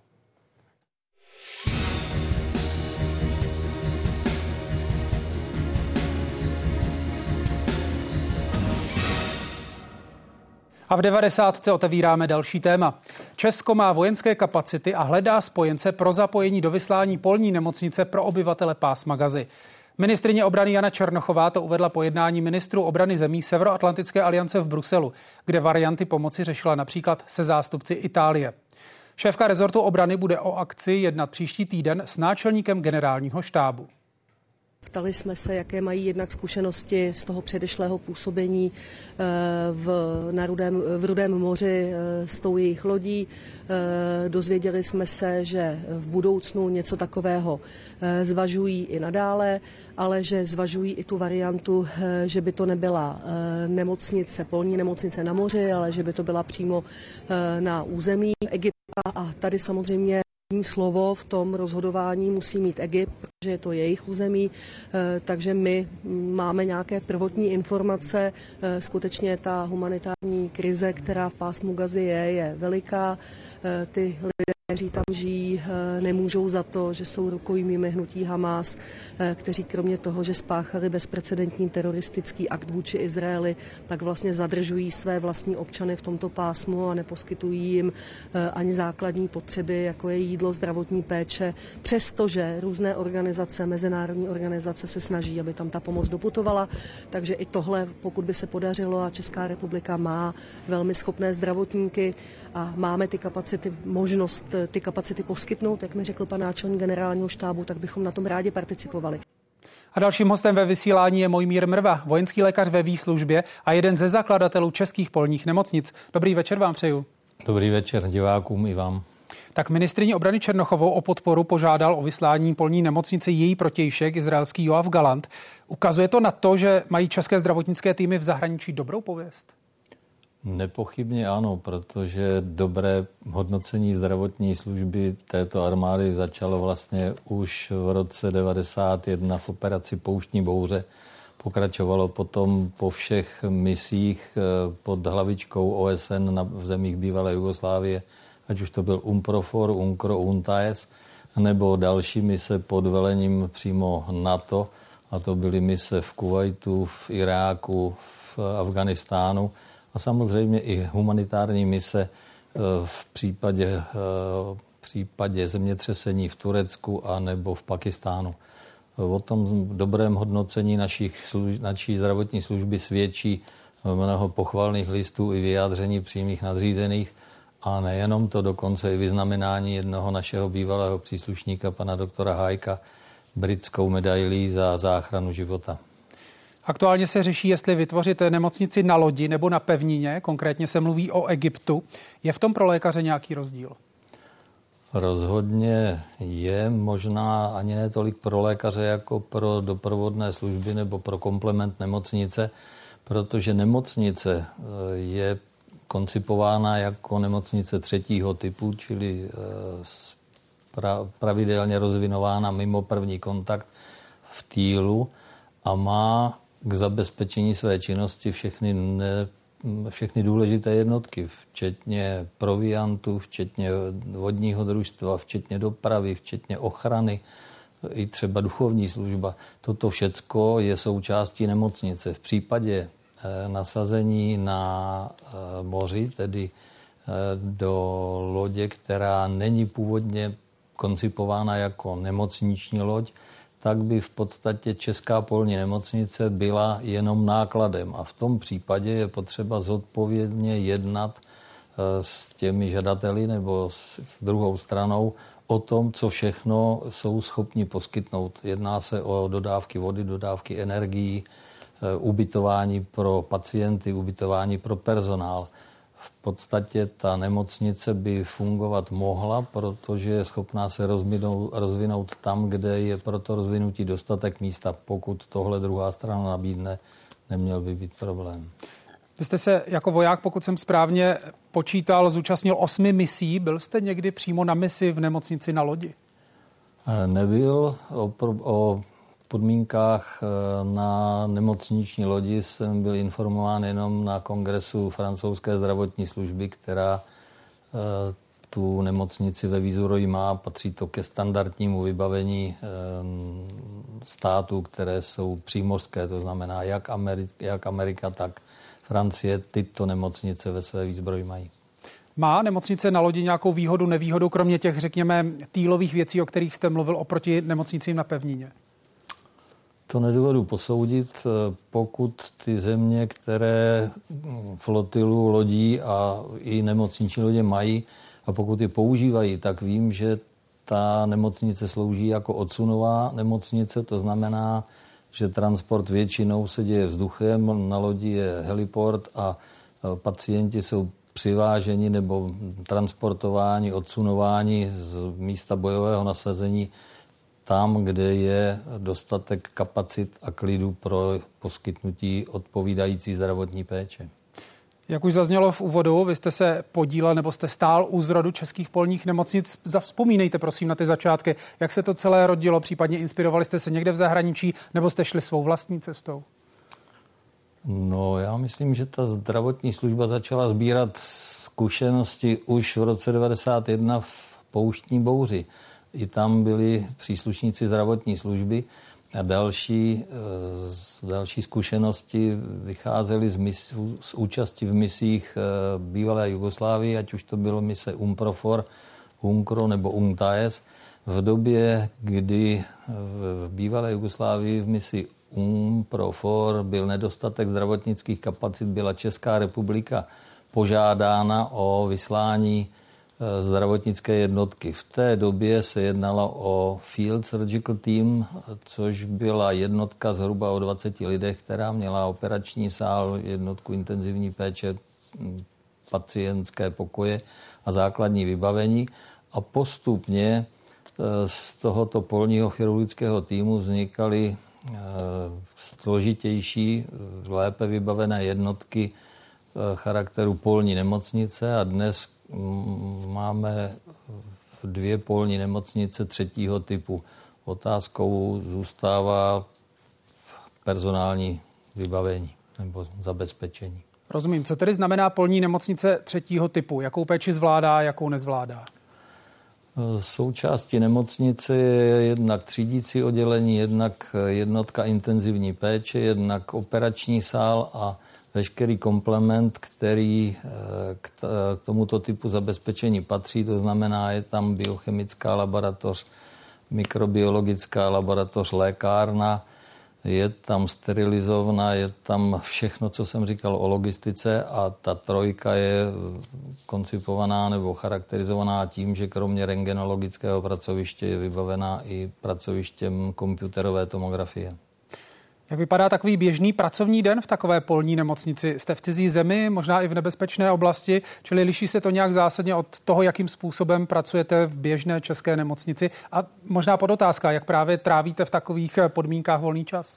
A v 90. otevíráme další téma. Česko má vojenské kapacity a hledá spojence pro zapojení do vyslání polní nemocnice pro obyvatele pásma Gazy. Ministryně obrany Jana Černochová to uvedla po jednání ministrů obrany zemí Severoatlantické aliance v Bruselu, kde varianty pomoci řešila například se zástupci Itálie. Šéfka rezortu obrany bude o akci jednat příští týden s náčelníkem generálního štábu. Ptali jsme se, jaké mají jednak zkušenosti z toho předešlého působení v Rudém moři s tou jejich lodí. Dozvěděli jsme se, že v budoucnu něco takového zvažují i nadále, ale že zvažují i tu variantu, že by to nebyla nemocnice, polní nemocnice na moři, ale že by to byla přímo na území Egypta. A tady samozřejmě slovo v tom rozhodování musí mít Egypt, protože je to jejich území, takže my máme nějaké prvotní informace. Skutečně ta humanitární krize, která v pásmu Gazy je veliká. Ty lidé, kteří tam žijí, nemůžou za to, že jsou rukojmími hnutí Hamas, kteří kromě toho, že spáchali bezprecedentní teroristický akt vůči Izraeli, tak vlastně zadržují své vlastní občany v tomto pásmu a neposkytují jim ani základní potřeby, jako je jídlo, zdravotní péče, přestože různé organizace, mezinárodní organizace se snaží, aby tam ta pomoc doputovala. Takže i tohle, pokud by se podařilo, a Česká republika má velmi schopné zdravotníky a máme ty kapacity, možnost ty kapacity poskytnout, jak mi řekl pan náčelník generálního štábu, tak bychom na tom rádi participovali. A dalším hostem ve vysílání je Mojmír Mrva, vojenský lékař ve výslužbě a jeden ze zakladatelů českých polních nemocnic. Dobrý večer vám přeju. Dobrý večer divákům i vám. Tak ministryni obrany Černochovou o podporu požádal o vyslání polní nemocnice její protějšek, izraelský Yoav Galant. Ukazuje to na to, že mají české zdravotnické týmy v zahraničí dobrou pověst? Nepochybně ano, protože dobré hodnocení zdravotní služby této armády začalo vlastně už v roce 1991 v operaci Pouštní bouře. Pokračovalo potom po všech misích pod hlavičkou OSN v zemích bývalé Jugoslávie, ať už to byl UNPROFOR, UNCRO, UNTAES, nebo další mise pod velením přímo NATO, a to byly mise v Kuvajtu, v Iráku, v Afghánistánu a samozřejmě i humanitární mise v případě zemětřesení v Turecku a nebo v Pakistánu. O tom dobrém hodnocení naší zdravotní služby svědčí mnoho pochvalných listů i vyjádření přímých nadřízených a nejenom to, dokonce i vyznamenání jednoho našeho bývalého příslušníka, pana doktora Hájka, britskou medailí za záchranu života. Aktuálně se řeší, jestli vytvořit nemocnici na lodi nebo na pevnině. Konkrétně se mluví o Egyptu. Je v tom pro lékaře nějaký rozdíl? Rozhodně je, možná ani ne tolik pro lékaře jako pro doprovodné služby nebo pro komplement nemocnice, protože nemocnice je koncipována jako nemocnice třetího typu, čili pravidelně rozvinována mimo první kontakt v týlu a má k zabezpečení své činnosti všechny důležité jednotky, včetně proviantu, včetně vodního družstva, včetně dopravy, včetně ochrany, i třeba duchovní služba. Toto všecko je součástí nemocnice. V případě nasazení na moři, tedy do lodě, která není původně koncipována jako nemocniční loď, tak by v podstatě Česká polní nemocnice byla jenom nákladem. A v tom případě je potřeba zodpovědně jednat s těmi žadateli nebo s druhou stranou o tom, co všechno jsou schopni poskytnout. Jedná se o dodávky vody, dodávky energií, ubytování pro pacienty, ubytování pro personál. V podstatě ta nemocnice by fungovat mohla, protože je schopná se rozvinout tam, kde je pro to rozvinutí dostatek místa. Pokud tohle druhá strana nabídne, neměl by být problém. Vy jste se jako voják, pokud jsem správně počítal, zúčastnil 8 misí. Byl jste někdy přímo na misi v nemocnici na lodi? Nebyl. O podmínkách na nemocniční lodi jsem byl informován jenom na kongresu francouzské zdravotní služby, která tu nemocnici ve Vízoroji má. Patří to ke standardnímu vybavení států, které jsou přímořské, to znamená jak Amerika, tak Francie tyto nemocnice ve své výzbroji mají. Má nemocnice na lodi nějakou výhodu, nevýhodu, kromě těch, řekněme, týlových věcí, o kterých jste mluvil, oproti nemocnicím na pevnině? To nedovedu posoudit, pokud ty země, které flotilu lodí a i nemocniční lodě mají a pokud je používají, tak vím, že ta nemocnice slouží jako odsunová nemocnice, to znamená, že transport většinou se děje vzduchem, na lodi je heliport a pacienti jsou přiváženi nebo transportováni, odsunováni z místa bojového nasazení tam, kde je dostatek kapacit a klidu pro poskytnutí odpovídající zdravotní péče. Jak už zaznělo v úvodu, vy jste se podílel nebo jste stál u zrodu českých polních nemocnic. Zavzpomínejte prosím na ty začátky. Jak se to celé rodilo, případně inspirovali jste se někde v zahraničí nebo jste šli svou vlastní cestou? No, já myslím, že ta zdravotní služba začala sbírat zkušenosti už v roce 1991 v Pouštní bouři. I tam byli příslušníci zdravotní služby a další zkušenosti vycházely z účasti v misích bývalé Jugoslávie, ať už to bylo mise UNPROFOR, UNCRO nebo UNTAES. V době, kdy v bývalé Jugoslávii v misi UNPROFOR byl nedostatek zdravotnických kapacit, byla Česká republika požádána o vyslání zdravotnické jednotky. V té době se jednalo o Field Surgical Team, což byla jednotka zhruba o 20 lidech, která měla operační sál, jednotku intenzivní péče, pacientské pokoje a základní vybavení. A postupně z tohoto polního chirurgického týmu vznikaly složitější, lépe vybavené jednotky charakteru polní nemocnice a dnes máme 2 polní nemocnice 3. typu. Otázkou zůstává personální vybavení nebo zabezpečení. Rozumím. Co tedy znamená polní nemocnice 3. typu? Jakou péči zvládá, jakou nezvládá? Součástí nemocnice je jednak třídící oddělení, jednak jednotka intenzivní péče, jednak operační sál a veškerý komplement, který k tomuto typu zabezpečení patří. To znamená, je tam biochemická laboratoř, mikrobiologická laboratoř, lékárna, je tam sterilizovna, je tam všechno, co jsem říkal o logistice a ta 3 je koncipovaná nebo charakterizovaná tím, že kromě rentgenologického pracoviště je vybavená i pracovištěm komputerové tomografie. Jak vypadá takový běžný pracovní den v takové polní nemocnici? Jste v cizí zemi, možná i v nebezpečné oblasti, čili liší se to nějak zásadně od toho, jakým způsobem pracujete v běžné české nemocnici? A možná podotázka, jak právě trávíte v takových podmínkách volný čas?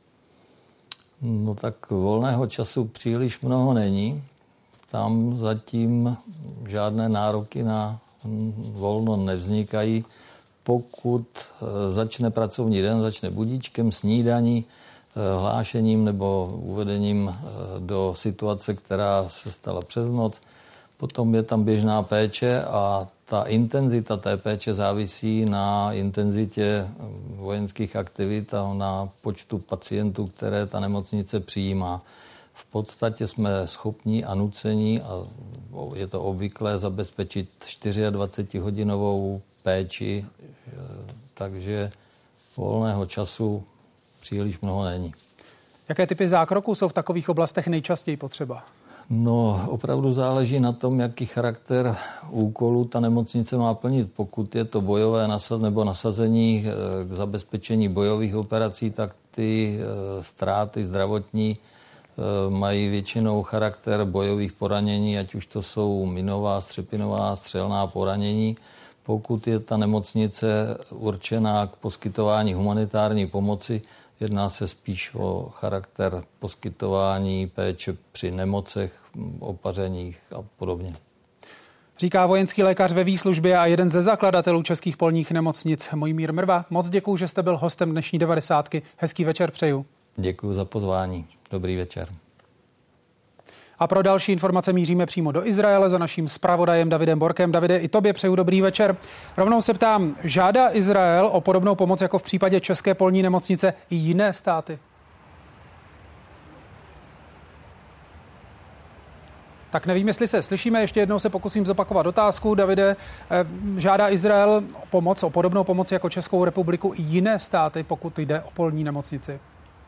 No tak volného času příliš mnoho není. Tam zatím žádné nároky na volno nevznikají. Pokud začne pracovní den, začne budíčkem, snídaní, hlášením nebo uvedením do situace, která se stala přes noc. Potom je tam běžná péče a ta intenzita té péče závisí na intenzitě vojenských aktivit a na počtu pacientů, které ta nemocnice přijímá. V podstatě jsme schopni a nuceni, a je to obvyklé, zabezpečit 24hodinovou péči, takže volného času příliš mnoho není. Jaké typy zákroků jsou v takových oblastech nejčastěji potřeba? No, opravdu záleží na tom, jaký charakter úkolů ta nemocnice má plnit. Pokud je to bojové nebo nasazení k zabezpečení bojových operací, tak ty ztráty zdravotní mají většinou charakter bojových poranění, ať už to jsou minová, střepinová, střelná poranění. Pokud je ta nemocnice určená k poskytování humanitární pomoci, jedná se spíš o charakter poskytování péče při nemocech, opařeních a podobně. Říká vojenský lékař ve výslužbě a jeden ze zakladatelů českých polních nemocnic Mojmír Mrva. Moc děkuju, že jste byl hostem dnešní 90. Hezký večer přeju. Děkuju za pozvání. Dobrý večer. A pro další informace míříme přímo do Izraele za naším zpravodajem Davidem Borkem. Davide, i tobě přeju dobrý večer. Rovnou se ptám, žádá Izrael o podobnou pomoc jako v případě české polní nemocnice i jiné státy? Tak nevím, jestli se slyšíme, ještě jednou se pokusím zopakovat otázku. Davide, žádá Izrael o podobnou pomoc jako Českou republiku i jiné státy, pokud jde o polní nemocnici?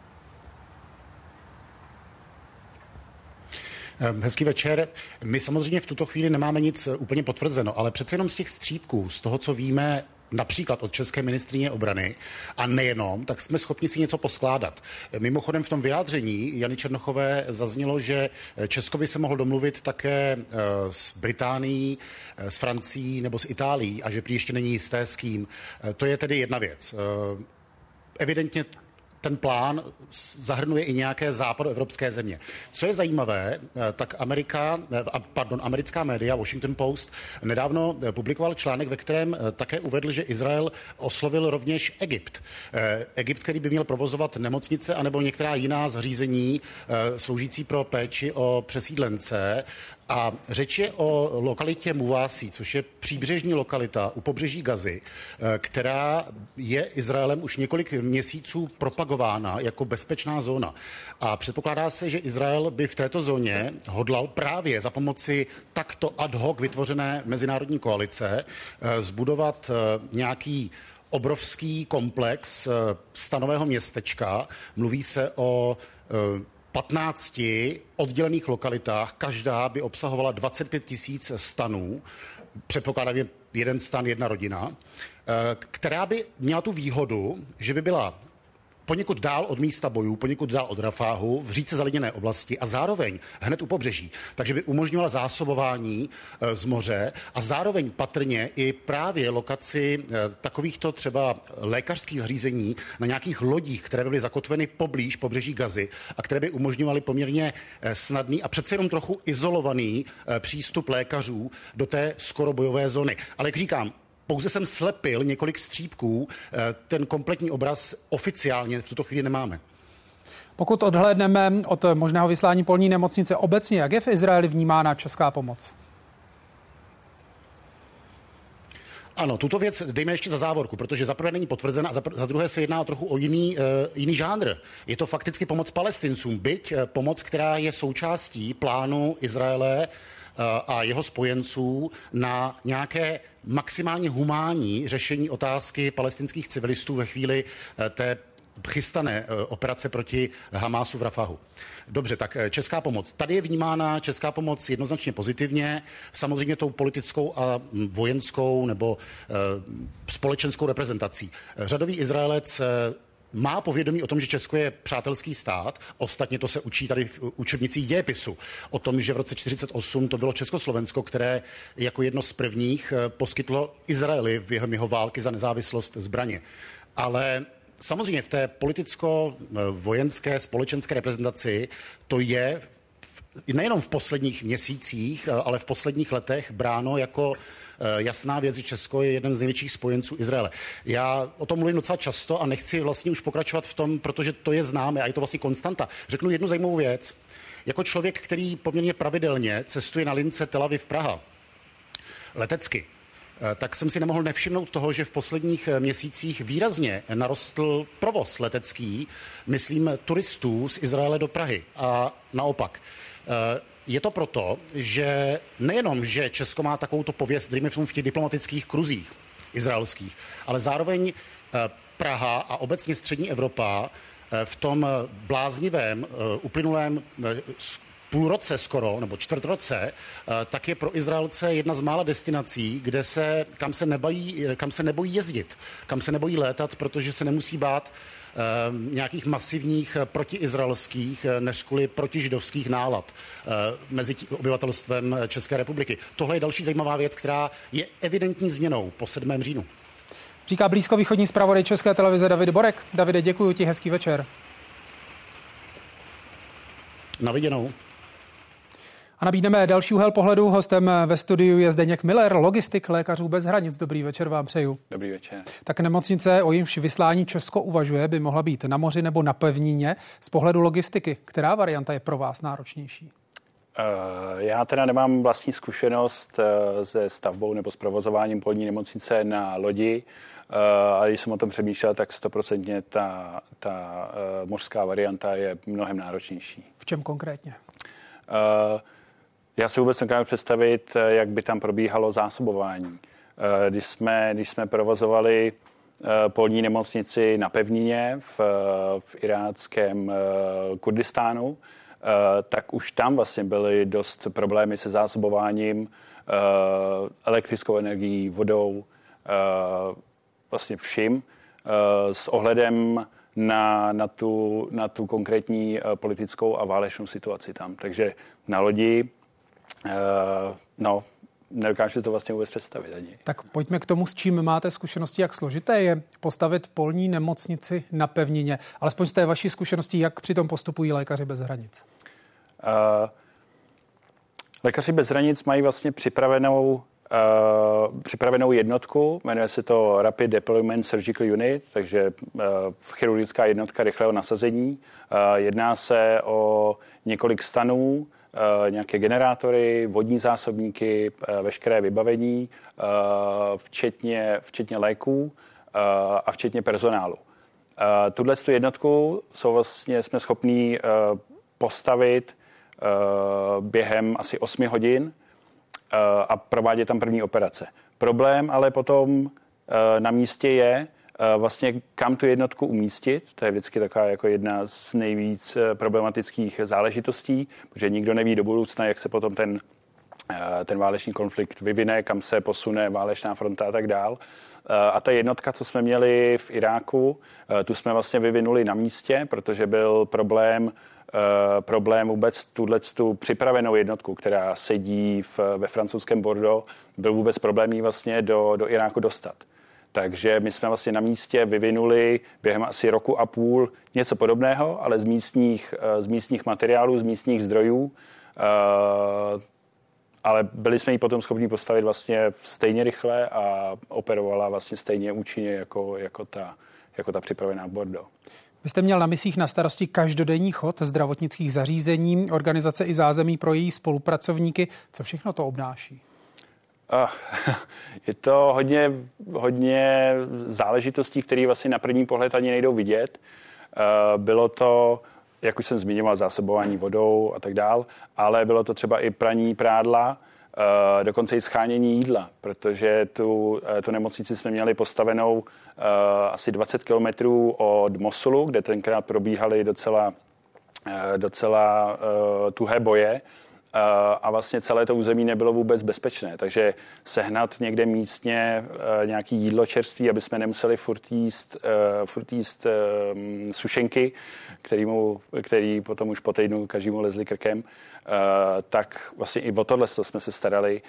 Hezký večer. My samozřejmě v tuto chvíli nemáme nic úplně potvrzeno, ale přece jenom z těch střípků, z toho, co víme například od české ministryně obrany a nejenom, tak jsme schopni si něco poskládat. Mimochodem v tom vyjádření Jany Černochové zaznělo, že Česko by se mohlo domluvit také s Británií, s Francií nebo s Itálií a že prý ještě není jisté s kým. To je tedy jedna věc. Evidentně ten plán zahrnuje i nějaké západoevropské země. Co je zajímavé, tak americká média Washington Post nedávno publikoval článek, ve kterém také uvedl, že Izrael oslovil rovněž Egypt. Egypt, který by měl provozovat nemocnice anebo některá jiná zařízení sloužící pro péči o přesídlence. A řeč je o lokalitě Muvasi, což je příbřežní lokalita u pobřeží Gazy, která je Izraelem už několik měsíců propagována jako bezpečná zóna. A předpokládá se, že Izrael by v této zóně hodlal právě za pomoci takto ad hoc vytvořené mezinárodní koalice zbudovat nějaký obrovský komplex stanového městečka. Mluví se o 15 oddělených lokalitách, každá by obsahovala 25 000 stanů, předpokládám je jeden stan, jedna rodina, která by měla tu výhodu, že by byla poněkud dál od místa bojů, poněkud dál od Rafáhu, v řídce zalidněné oblasti a zároveň hned u pobřeží. Takže by umožňovala zásobování z moře a zároveň patrně i právě lokaci takovýchto třeba lékařských zařízení na nějakých lodích, které by byly zakotveny poblíž pobřeží Gazy a které by umožňovaly poměrně snadný a přece jenom trochu izolovaný přístup lékařů do té skoro bojové zóny. Ale jak říkám, pouze jsem slepil několik střípků, ten kompletní obraz oficiálně v tuto chvíli nemáme. Pokud odhlédneme od možného vyslání polní nemocnice obecně, jak je v Izraeli vnímána česká pomoc? Ano, tuto věc dejme ještě za závorku, protože za prvé není potvrzena a za druhé se jedná trochu o jiný žánr. Je to fakticky pomoc Palestincům, byť pomoc, která je součástí plánu Izraele a jeho spojenců na nějaké maximálně humánní řešení otázky palestinských civilistů ve chvíli té chystané operace proti Hamásu v Rafahu. Dobře, tak česká pomoc. Tady je vnímána česká pomoc jednoznačně pozitivně, samozřejmě tou politickou a vojenskou nebo společenskou reprezentací. Řadový Izraelec má povědomí o tom, že Česko je přátelský stát. Ostatně to se učí tady v učebnici dějepisu. O tom, že v roce 1948 to bylo Československo, které jako jedno z prvních poskytlo Izraeli během jeho války za nezávislost zbraně. Ale samozřejmě v té politicko-vojenské společenské reprezentaci to je nejenom v posledních měsících, ale v posledních letech bráno jako jasná věc, že Česko je jeden z největších spojenců Izraele. Já o tom mluvím docela často a nechci vlastně už pokračovat v tom, protože to je známé a je to vlastně konstanta. Řeknu jednu zajímavou věc. Jako člověk, který poměrně pravidelně cestuje na lince Tel Aviv Praha letecky, tak jsem si nemohl nevšimnout toho, že v posledních měsících výrazně narostl provoz letecký, myslím, turistů z Izraele do Prahy a naopak. Je to proto, že nejenom, že Česko má takovouto pověst, dejme v těch diplomatických kruzích izraelských, ale zároveň Praha a obecně střední Evropa v tom bláznivém uplynulém půlroce skoro, nebo čtvrtroce, tak je pro Izraelce jedna z mála destinací, kam se nebojí jezdit, kam se nebojí létat, protože se nemusí bát nějakých masivních protiizraelských než kvůli protižidovských nálad mezi obyvatelstvem České republiky. Tohle je další zajímavá věc, která je evidentní změnou po 7. říjnu. Říká blízkovýchodní zpravodaj České televize David Borek. Davide, děkuji ti, hezký večer. Na viděnou. A nabídneme další úhel pohledu. Hostem ve studiu je Zdeněk Miller, logistik Lékařů bez hranic. Dobrý večer vám přeju. Dobrý večer. Tak nemocnice, o jejímž vyslání Česko uvažuje, by mohla být na moři nebo na pevnině. Z pohledu logistiky, která varianta je pro vás náročnější? Já teda nemám vlastní zkušenost se stavbou nebo s provozováním polní nemocnice na lodi, ale když jsem o tom přemýšlel, tak 100% ta mořská varianta je mnohem náročnější. V čem konkrétně? Já si vůbec nedokážu představit, jak by tam probíhalo zásobování. Když jsme provozovali polní nemocnici na pevnině v iráckém Kurdistánu, tak už tam vlastně byly dost problémy se zásobováním elektrickou energií, vodou, vlastně vším, s ohledem na tu konkrétní politickou a válečnou situaci tam. Takže na lodi, nedokážu to vlastně vůbec představit ani. Tak pojďme k tomu, s čím máte zkušenosti, jak složité je postavit polní nemocnici na pevnině. Alespoň z té vaší zkušenosti, jak při tom postupují Lékaři bez hranic? Lékaři bez hranic mají vlastně připravenou jednotku, jmenuje se to Rapid Deployment Surgical Unit, takže chirurgická jednotka rychlého nasazení. Jedná se o několik stanů, nějaké generátory, vodní zásobníky, veškeré vybavení, včetně léků a včetně personálu. Tuhle jednotku jsme schopní postavit během asi 8 hodin a provádět tam první operace. Problém ale potom na místě je vlastně kam tu jednotku umístit. To je vždycky taková jako jedna z nejvíc problematických záležitostí, protože nikdo neví do budoucna, jak se potom ten ten válečný konflikt vyvine, kam se posune válečná fronta a tak dál. A ta jednotka, co jsme měli v Iráku, tu jsme vlastně vyvinuli na místě, protože byl problém vůbec tu připravenou jednotku, která sedí ve francouzském Bordeaux, byl vůbec problém jí vlastně do Iráku dostat. Takže my jsme vlastně na místě vyvinuli během asi roku a půl něco podobného, ale z místních materiálů, z místních zdrojů. Ale byli jsme ji potom schopni postavit vlastně stejně rychle a operovala vlastně stejně účinně jako ta připravená Bordeaux. Vy jste měl na misích na starosti každodenní chod zdravotnických zařízení, organizace i zázemí pro její spolupracovníky. Co všechno to obnáší? Je to hodně záležitostí, které vlastně na první pohled ani nejdou vidět. Bylo to, jak už jsem zmiňoval, zásobování vodou a tak dál, ale bylo to třeba i praní prádla, dokonce i schánění jídla, protože tu nemocnici jsme měli postavenou asi 20 kilometrů od Mosulu, kde tenkrát probíhaly docela tuhé boje. A vlastně celé to území nebylo vůbec bezpečné, takže sehnat někde místně nějaký jídlo čerství, aby jsme nemuseli furt jíst sušenky, který potom už po týdnu každému lezli krkem, tak vlastně i o tohle jsme se starali.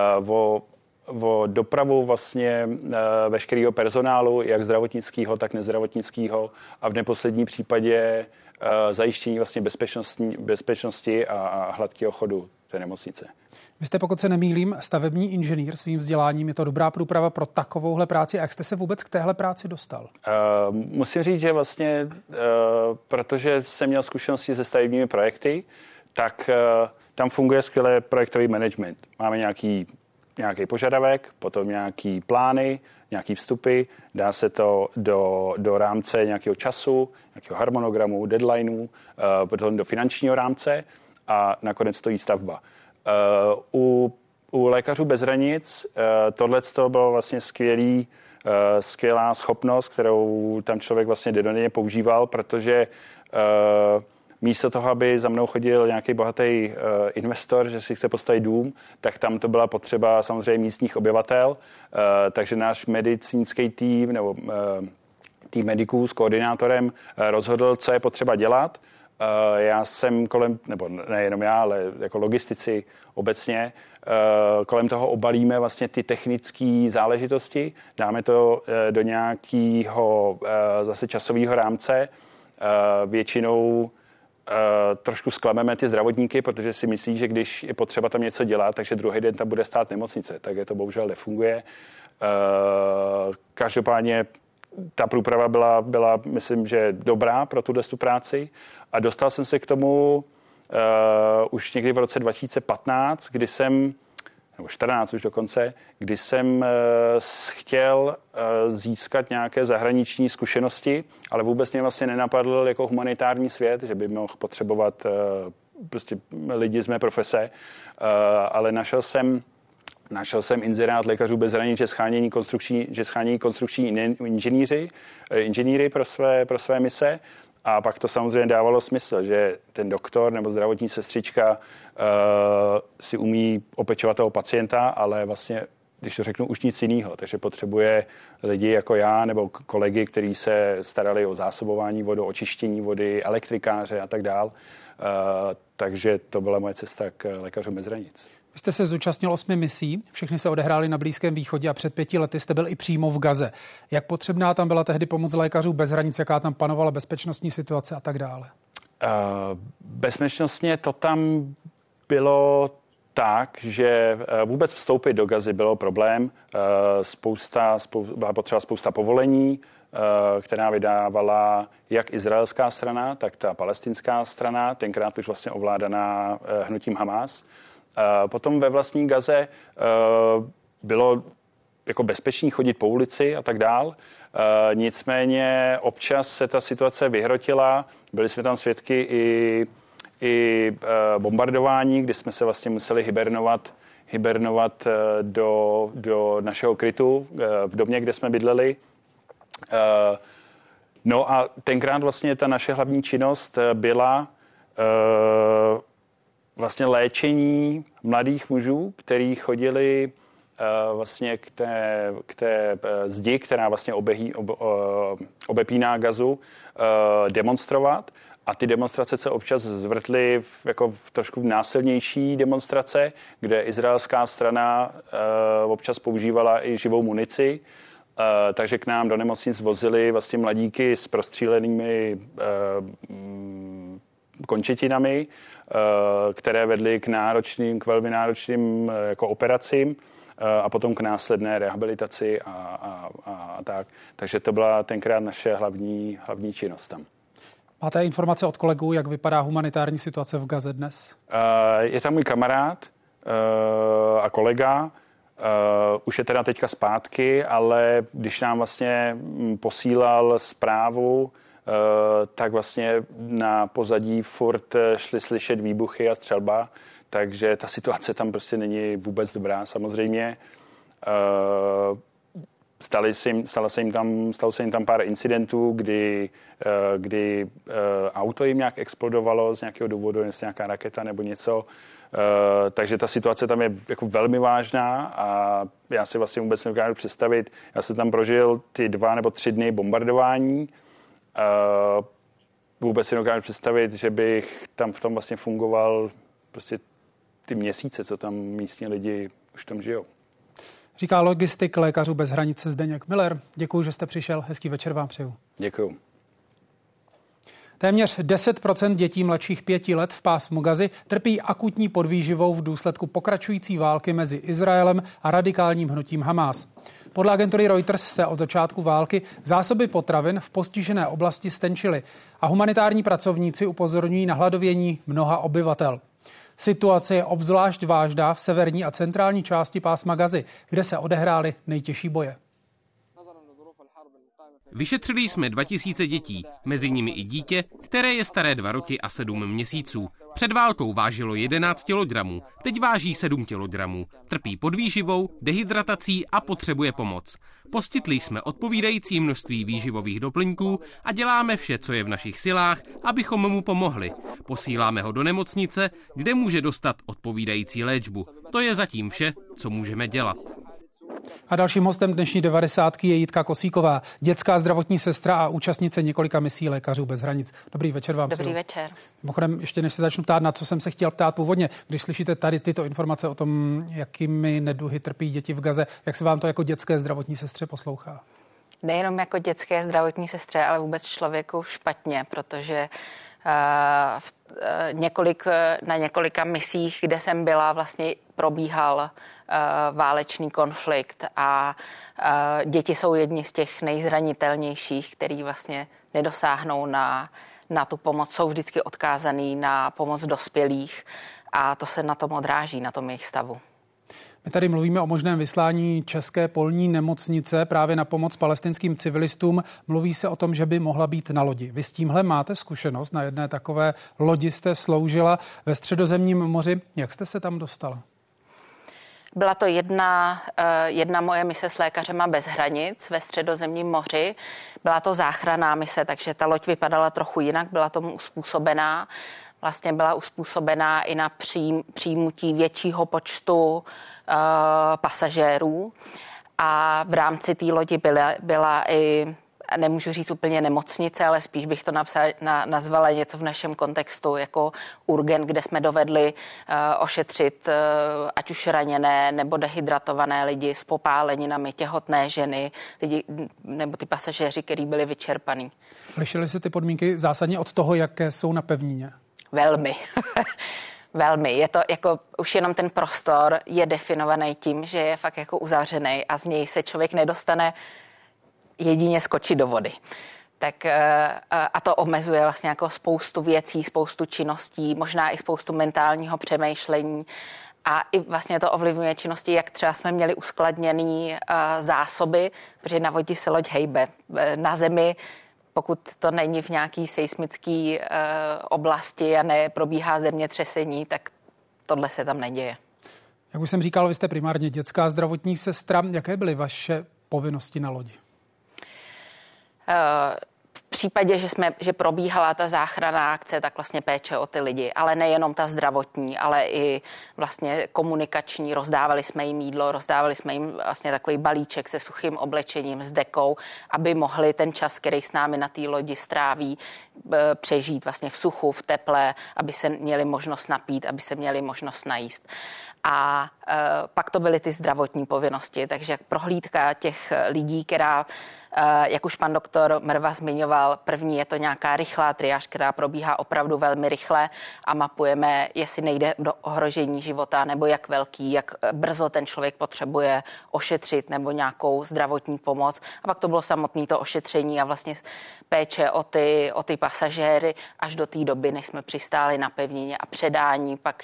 O dopravu vlastně veškerého personálu, jak zdravotnického, tak nezdravotnického a v neposledním případě zajištění vlastně bezpečnosti a hladkého chodu té nemocnice. Vy jste, pokud se nemýlím, stavební inženýr svým vzděláním. Je to dobrá průprava pro takovouhle práci. A jak jste se vůbec k téhle práci dostal? Musím říct, že vlastně, protože jsem měl zkušenosti se stavebními projekty, tak tam funguje skvěle projektový management. Máme nějaký požadavek, potom nějaký plány, nějaký vstupy, dá se to do rámce nějakého času, nějakého harmonogramu, deadlineu, potom do finančního rámce a nakonec stojí stavba. U Lékařů bez hranic tohleto bylo vlastně skvělá schopnost, kterou tam člověk vlastně dennodenně používal, protože místo toho, aby za mnou chodil nějaký bohatý investor, že si chce postavit dům, tak tam to byla potřeba samozřejmě místních obyvatel. Takže náš medicínský tým nebo tým mediků s koordinátorem rozhodl, co je potřeba dělat. Já jsem nebo nejenom já, ale jako logistici obecně, kolem toho obalíme vlastně ty technické záležitosti, dáme to do nějakého zase časového rámce. Většinou trošku zklameme ty zdravotníky, protože si myslí, že když je potřeba tam něco dělat, takže druhý den tam bude stát nemocnice. Tak to bohužel nefunguje. Každopádně ta průprava byla, myslím, že dobrá pro tu práci a dostal jsem se k tomu už někdy v roce 2015, nebo 14 už dokonce, kdy jsem chtěl získat nějaké zahraniční zkušenosti, ale vůbec mě vlastně nenapadl jako humanitární svět, že by mohl potřebovat prostě lidi z mé profese, ale našel jsem inzerát Lékařů bez hranic, že schání konstrukční inženýry pro své mise. A pak to samozřejmě dávalo smysl, že ten doktor nebo zdravotní sestřička si umí opečovat toho pacienta, ale vlastně, když to řeknu, už nic jiného. Takže potřebuje lidi jako já nebo kolegy, kteří se starali o zásobování vody, o čištění vody, elektrikáře a tak dál. Takže to byla moje cesta k Lékařům bez hranic. Vy jste se zúčastnil 8 misí, všechny se odehrály na Blízkém východě a před 5 lety jste byl i přímo v Gaze. Jak potřebná tam byla tehdy pomoc Lékařů bez hranic, jaká tam panovala bezpečnostní situace a tak dále? Bezpečnostně to tam bylo tak, že vůbec vstoupit do Gazy bylo problém. Byla potřeba spousta povolení, která vydávala jak izraelská strana, tak ta palestinská strana, tenkrát už vlastně ovládaná hnutím Hamas. Potom ve vlastní Gaze bylo jako bezpečný chodit po ulici a tak dál. Nicméně občas se ta situace vyhrotila. Byli jsme tam svědky i bombardování, kdy jsme se vlastně museli hibernovat do našeho krytu v domě, kde jsme bydleli. No a tenkrát vlastně ta naše hlavní činnost byla vlastně léčení mladých mužů, kteří chodili vlastně k té zdi, která vlastně obepíná Gazu, demonstrovat. A ty demonstrace se občas zvrtly v trošku násilnější demonstrace, kde izraelská strana občas používala i živou munici. Takže k nám do nemocnic vozili vlastně mladíky s prostřílenými končetinami, které vedly k velmi náročným jako operacím a potom k následné rehabilitaci a tak. Takže to byla tenkrát naše hlavní činnost tam. Máte informace od kolegů, jak vypadá humanitární situace v Gaze dnes? Je tam můj kamarád a kolega. Už je teda teďka zpátky, ale když nám vlastně posílal zprávu, tak vlastně na pozadí furt šly slyšet výbuchy a střelba, takže ta situace tam prostě není vůbec dobrá samozřejmě. Stalo se jim tam pár incidentů, kdy auto jim nějak explodovalo z nějakého důvodu, jestli nějaká raketa nebo něco. Takže ta situace tam je jako velmi vážná a já si vlastně vůbec nedokážu představit. Já jsem tam prožil ty 2 nebo 3 dny bombardování. Vůbec si nedokážu představit, že bych tam v tom vlastně fungoval prostě ty měsíce, co tam místní lidi už tam žijou. Říká logistik Lékařů bez hranice Zdeněk Miller. Děkuji, že jste přišel. Hezký večer vám přeju. Děkuji. Téměř 10% dětí mladších 5 let v pásmu Gazy trpí akutní podvýživou v důsledku pokračující války mezi Izraelem a radikálním hnutím Hamás. Podle agentury Reuters se od začátku války zásoby potravin v postižené oblasti stenčily a humanitární pracovníci upozorňují na hladovění mnoha obyvatel. Situace je obzvlášť vážná v severní a centrální části pásma Gazy, kde se odehrály nejtěžší boje. Vyšetřili jsme 2000 dětí, mezi nimi i dítě, které je staré 2 roky a 7 měsíců. Před válkou vážilo 11 kg, teď váží 7 kg. Trpí podvýživou, dehydratací a potřebuje pomoc. Poskytli jsme odpovídající množství výživových doplňků a děláme vše, co je v našich silách, abychom mu pomohli. Posíláme ho do nemocnice, kde může dostat odpovídající léčbu. To je zatím vše, co můžeme dělat. A dalším hostem dnešní 90 je Jitka Kosíková, dětská zdravotní sestra a účastnice několika misí Lékařů bez hranic. Dobrý večer vám. Dobrý večer. Mimochodem, ještě než se začnu ptát, na co jsem se chtěl ptát původně, když slyšíte tady tyto informace o tom, jakými neduhy trpí děti v Gaze, jak se vám to jako dětské zdravotní sestře poslouchá? Nejenom jako dětské zdravotní sestře, ale vůbec člověku špatně, protože na několika misích, kde jsem byla, vlastně probíhal válečný konflikt a děti jsou jedni z těch nejzranitelnějších, který vlastně nedosáhnou na tu pomoc, jsou vždycky odkázaný na pomoc dospělých a to se na tom odráží, na tom jejich stavu. My tady mluvíme o možném vyslání české polní nemocnice právě na pomoc palestinským civilistům. Mluví se o tom, že by mohla být na lodi. Vy s tímhle máte zkušenost, na jedné takové lodi jste sloužila ve Středozemním moři. Jak jste se tam dostala? Byla to jedna moje mise s Lékařema bez hranic ve Středozemním moři. Byla to záchranná mise, takže ta loď vypadala trochu jinak, byla tomu uspůsobená. Vlastně byla uspůsobená i na přijmutí většího počtu pasažérů. A v rámci té lodi byla i, nemůžu říct úplně nemocnice, ale spíš bych to nazvala něco v našem kontextu jako urgent, kde jsme dovedli ošetřit ať už raněné nebo dehydratované lidi s popáleninami, těhotné ženy, lidi, nebo ty pasažéři, kteří byli vyčerpaní. Lišily se ty podmínky zásadně od toho, jaké jsou na pevnině? Velmi. Velmi. Je to jako už jenom ten prostor je definovaný tím, že je fakt jako uzavřený a z něj se člověk nedostane jedině skočit do vody. Tak a to omezuje vlastně jako spoustu věcí, spoustu činností, možná i spoustu mentálního přemýšlení a i vlastně to ovlivňuje činnosti, jak třeba jsme měli uskladněný zásoby, protože na vodě se loď hejbe. Na zemi, pokud to není v nějaký seismický oblasti a neprobíhá zemětřesení, tak tohle se tam neděje. Jak už jsem říkal, vy jste primárně dětská zdravotní sestra. Jaké byly vaše povinnosti na lodi? případě, že probíhala ta záchranná akce, tak vlastně péče o ty lidi, ale nejenom ta zdravotní, ale i vlastně komunikační. Rozdávali jsme jim jídlo, rozdávali jsme jim vlastně takový balíček se suchým oblečením, s dekou, aby mohli ten čas, který s námi na té lodi stráví, přežít vlastně v suchu, v teple, aby se měli možnost napít, aby se měli možnost najíst. A pak to byly ty zdravotní povinnosti, takže prohlídka těch lidí, která, jak už pan doktor Mrva zmiňoval, první je to nějaká rychlá triáž, která probíhá opravdu velmi rychle a mapujeme, jestli nejde do ohrožení života, nebo jak velký, jak brzo ten člověk potřebuje ošetřit nebo nějakou zdravotní pomoc. A pak to bylo samotné to ošetření a vlastně péče o ty pasažéry až do té doby, než jsme přistáli na pevnině a předání pak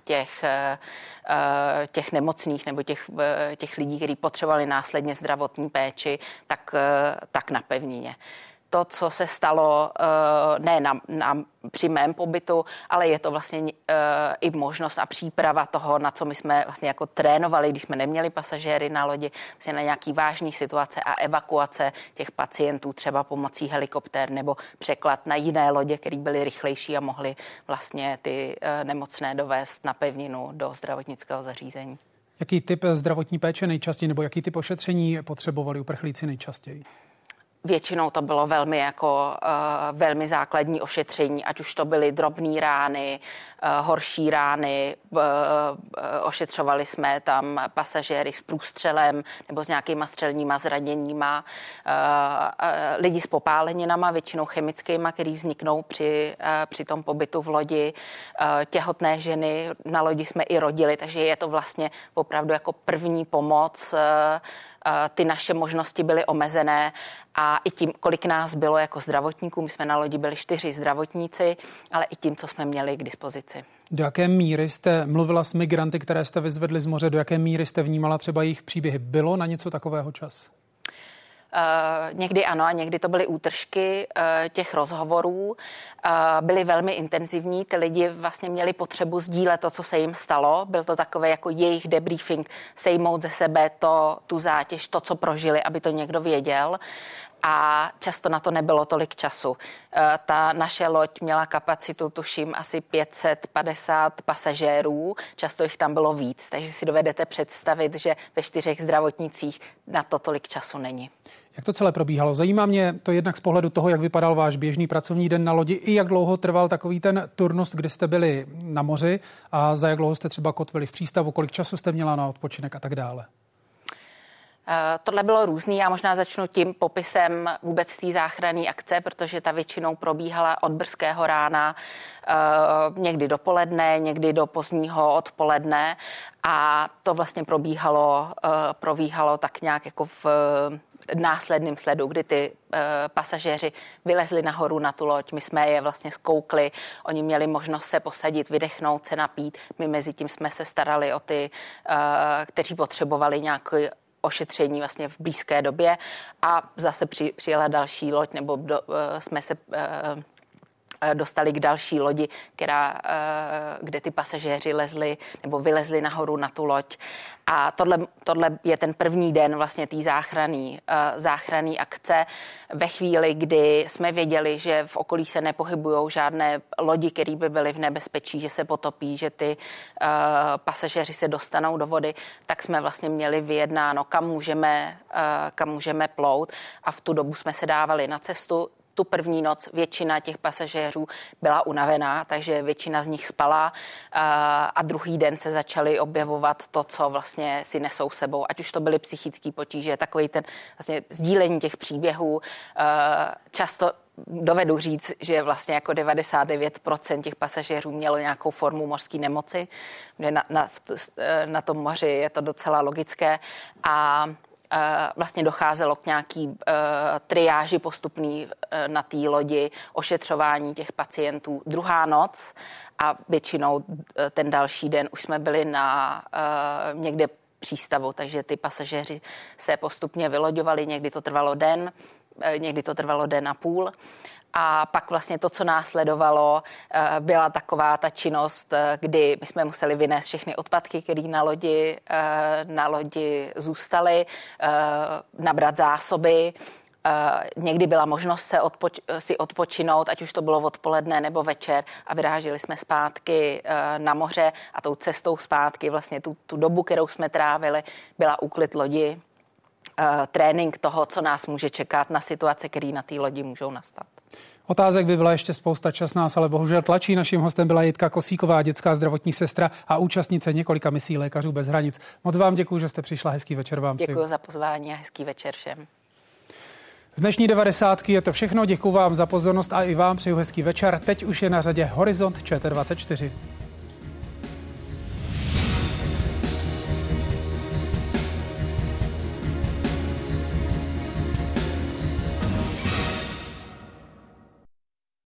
těch nemocných nebo těch lidí, kteří potřebovali následně zdravotní péči, tak na pevnině. To, co se stalo ne při mém pobytu, ale je to vlastně i možnost a příprava toho, na co my jsme vlastně jako trénovali, když jsme neměli pasažéry na lodi, vlastně na nějaký vážný situace a evakuace těch pacientů třeba pomocí helikoptér nebo překlad na jiné lodě, které byly rychlejší a mohly vlastně ty nemocné dovést na pevninu do zdravotnického zařízení. Jaký typ zdravotní péče nejčastěji nebo jaký typ ošetření potřebovali uprchlíci nejčastěji? Většinou to bylo velmi základní ošetření, ať už to byly drobné rány, horší rány, ošetřovali jsme tam pasažéry s průstřelem nebo s nějakýma střelníma zraněníma, lidi s popáleninama, většinou chemickýma, který vzniknou při tom pobytu v lodi, těhotné ženy, na lodi jsme i rodili, takže je to vlastně opravdu jako první pomoc. Ty naše možnosti byly omezené a i tím, kolik nás bylo jako zdravotníků, my jsme na lodi byli 4 zdravotníci, ale i tím, co jsme měli k dispozici. Do jaké míry jste mluvila s migranty, které jste vyzvedli z moře, do jaké míry jste vnímala třeba jejich příběhy? Bylo na něco takového čas? Někdy ano a někdy to byly útržky těch rozhovorů. Byly velmi intenzivní, ty lidi vlastně měli potřebu sdílet to, co se jim stalo. Byl to takové jako jejich debriefing, sejmout ze sebe tu zátěž, to, co prožili, aby to někdo věděl. A často na to nebylo tolik času. Ta naše loď měla kapacitu, tuším, asi 550 pasažérů, často jich tam bylo víc, takže si dovedete představit, že ve 4 zdravotnicích na to tolik času není. Jak to celé probíhalo? Zajímá mě to jednak z pohledu toho, jak vypadal váš běžný pracovní den na lodi i jak dlouho trval takový ten turnus, kdy jste byli na moři a za jak dlouho jste třeba kotvili v přístavu, kolik času jste měla na odpočinek a tak dále. Tohle bylo různý. Já možná začnu tím popisem vůbec té záchranné akce, protože ta většinou probíhala od brzkého rána, někdy dopoledne, někdy do pozdního odpoledne a to vlastně probíhalo tak nějak jako v následným sledu, kdy ty pasažéři vylezli nahoru na tu loď, my jsme je vlastně zkoukli, oni měli možnost se posadit, vydechnout, se napít, my mezi tím jsme se starali o ty, kteří potřebovali nějaký ošetření vlastně v blízké době a zase přijela další loď, nebo jsme se dostali k další lodi, kde ty pasažéři vylezli nahoru na tu loď. A tohle je ten první den vlastně té záchranné akce. Ve chvíli, kdy jsme věděli, že v okolí se nepohybujou žádné lodi, které by byly v nebezpečí, že se potopí, že ty pasažéři se dostanou do vody, tak jsme vlastně měli vyjednáno, kam můžeme plout a v tu dobu jsme se dávali na cestu. Tu první noc většina těch pasažérů byla unavená, takže většina z nich spala a druhý den se začaly objevovat to, co vlastně si nesou sebou, ať už to byly psychické potíže, takový ten vlastně sdílení těch příběhů. Často dovedu říct, že vlastně jako 99% těch pasažérů mělo nějakou formu mořské nemoci, kde na tom moři je to docela logické a vlastně docházelo k nějaký triáži postupný na té lodi, ošetřování těch pacientů. Druhá noc a většinou ten další den už jsme byli na někde přístavu, takže ty pasažéři se postupně vyloďovali, někdy to trvalo den a půl. A pak vlastně to, co následovalo, byla taková ta činnost, kdy my jsme museli vynést všechny odpadky, které na lodi zůstaly, nabrat zásoby, Někdy byla možnost si odpočinout, ať už to bylo odpoledne nebo večer, a vyráželi jsme zpátky na moře a tou cestou zpátky, vlastně tu dobu, kterou jsme trávili, byla úklid lodi, trénink toho, co nás může čekat, na situace, které na té lodi můžou nastat. Otázek by byla ještě spousta, čas nás ale bohužel tlačí. Naším hostem byla Jitka Kosíková, dětská zdravotní sestra a účastnice několika misí Lékařů bez hranic. Moc vám děkuji, že jste přišla, hezký večer vám přeju. Děkuji za pozvání a hezký večer všem. Z dnešní 90 je to všechno, děkuji vám za pozornost a i vám přeju hezký večer. Teď už je na řadě Horizont ČT24.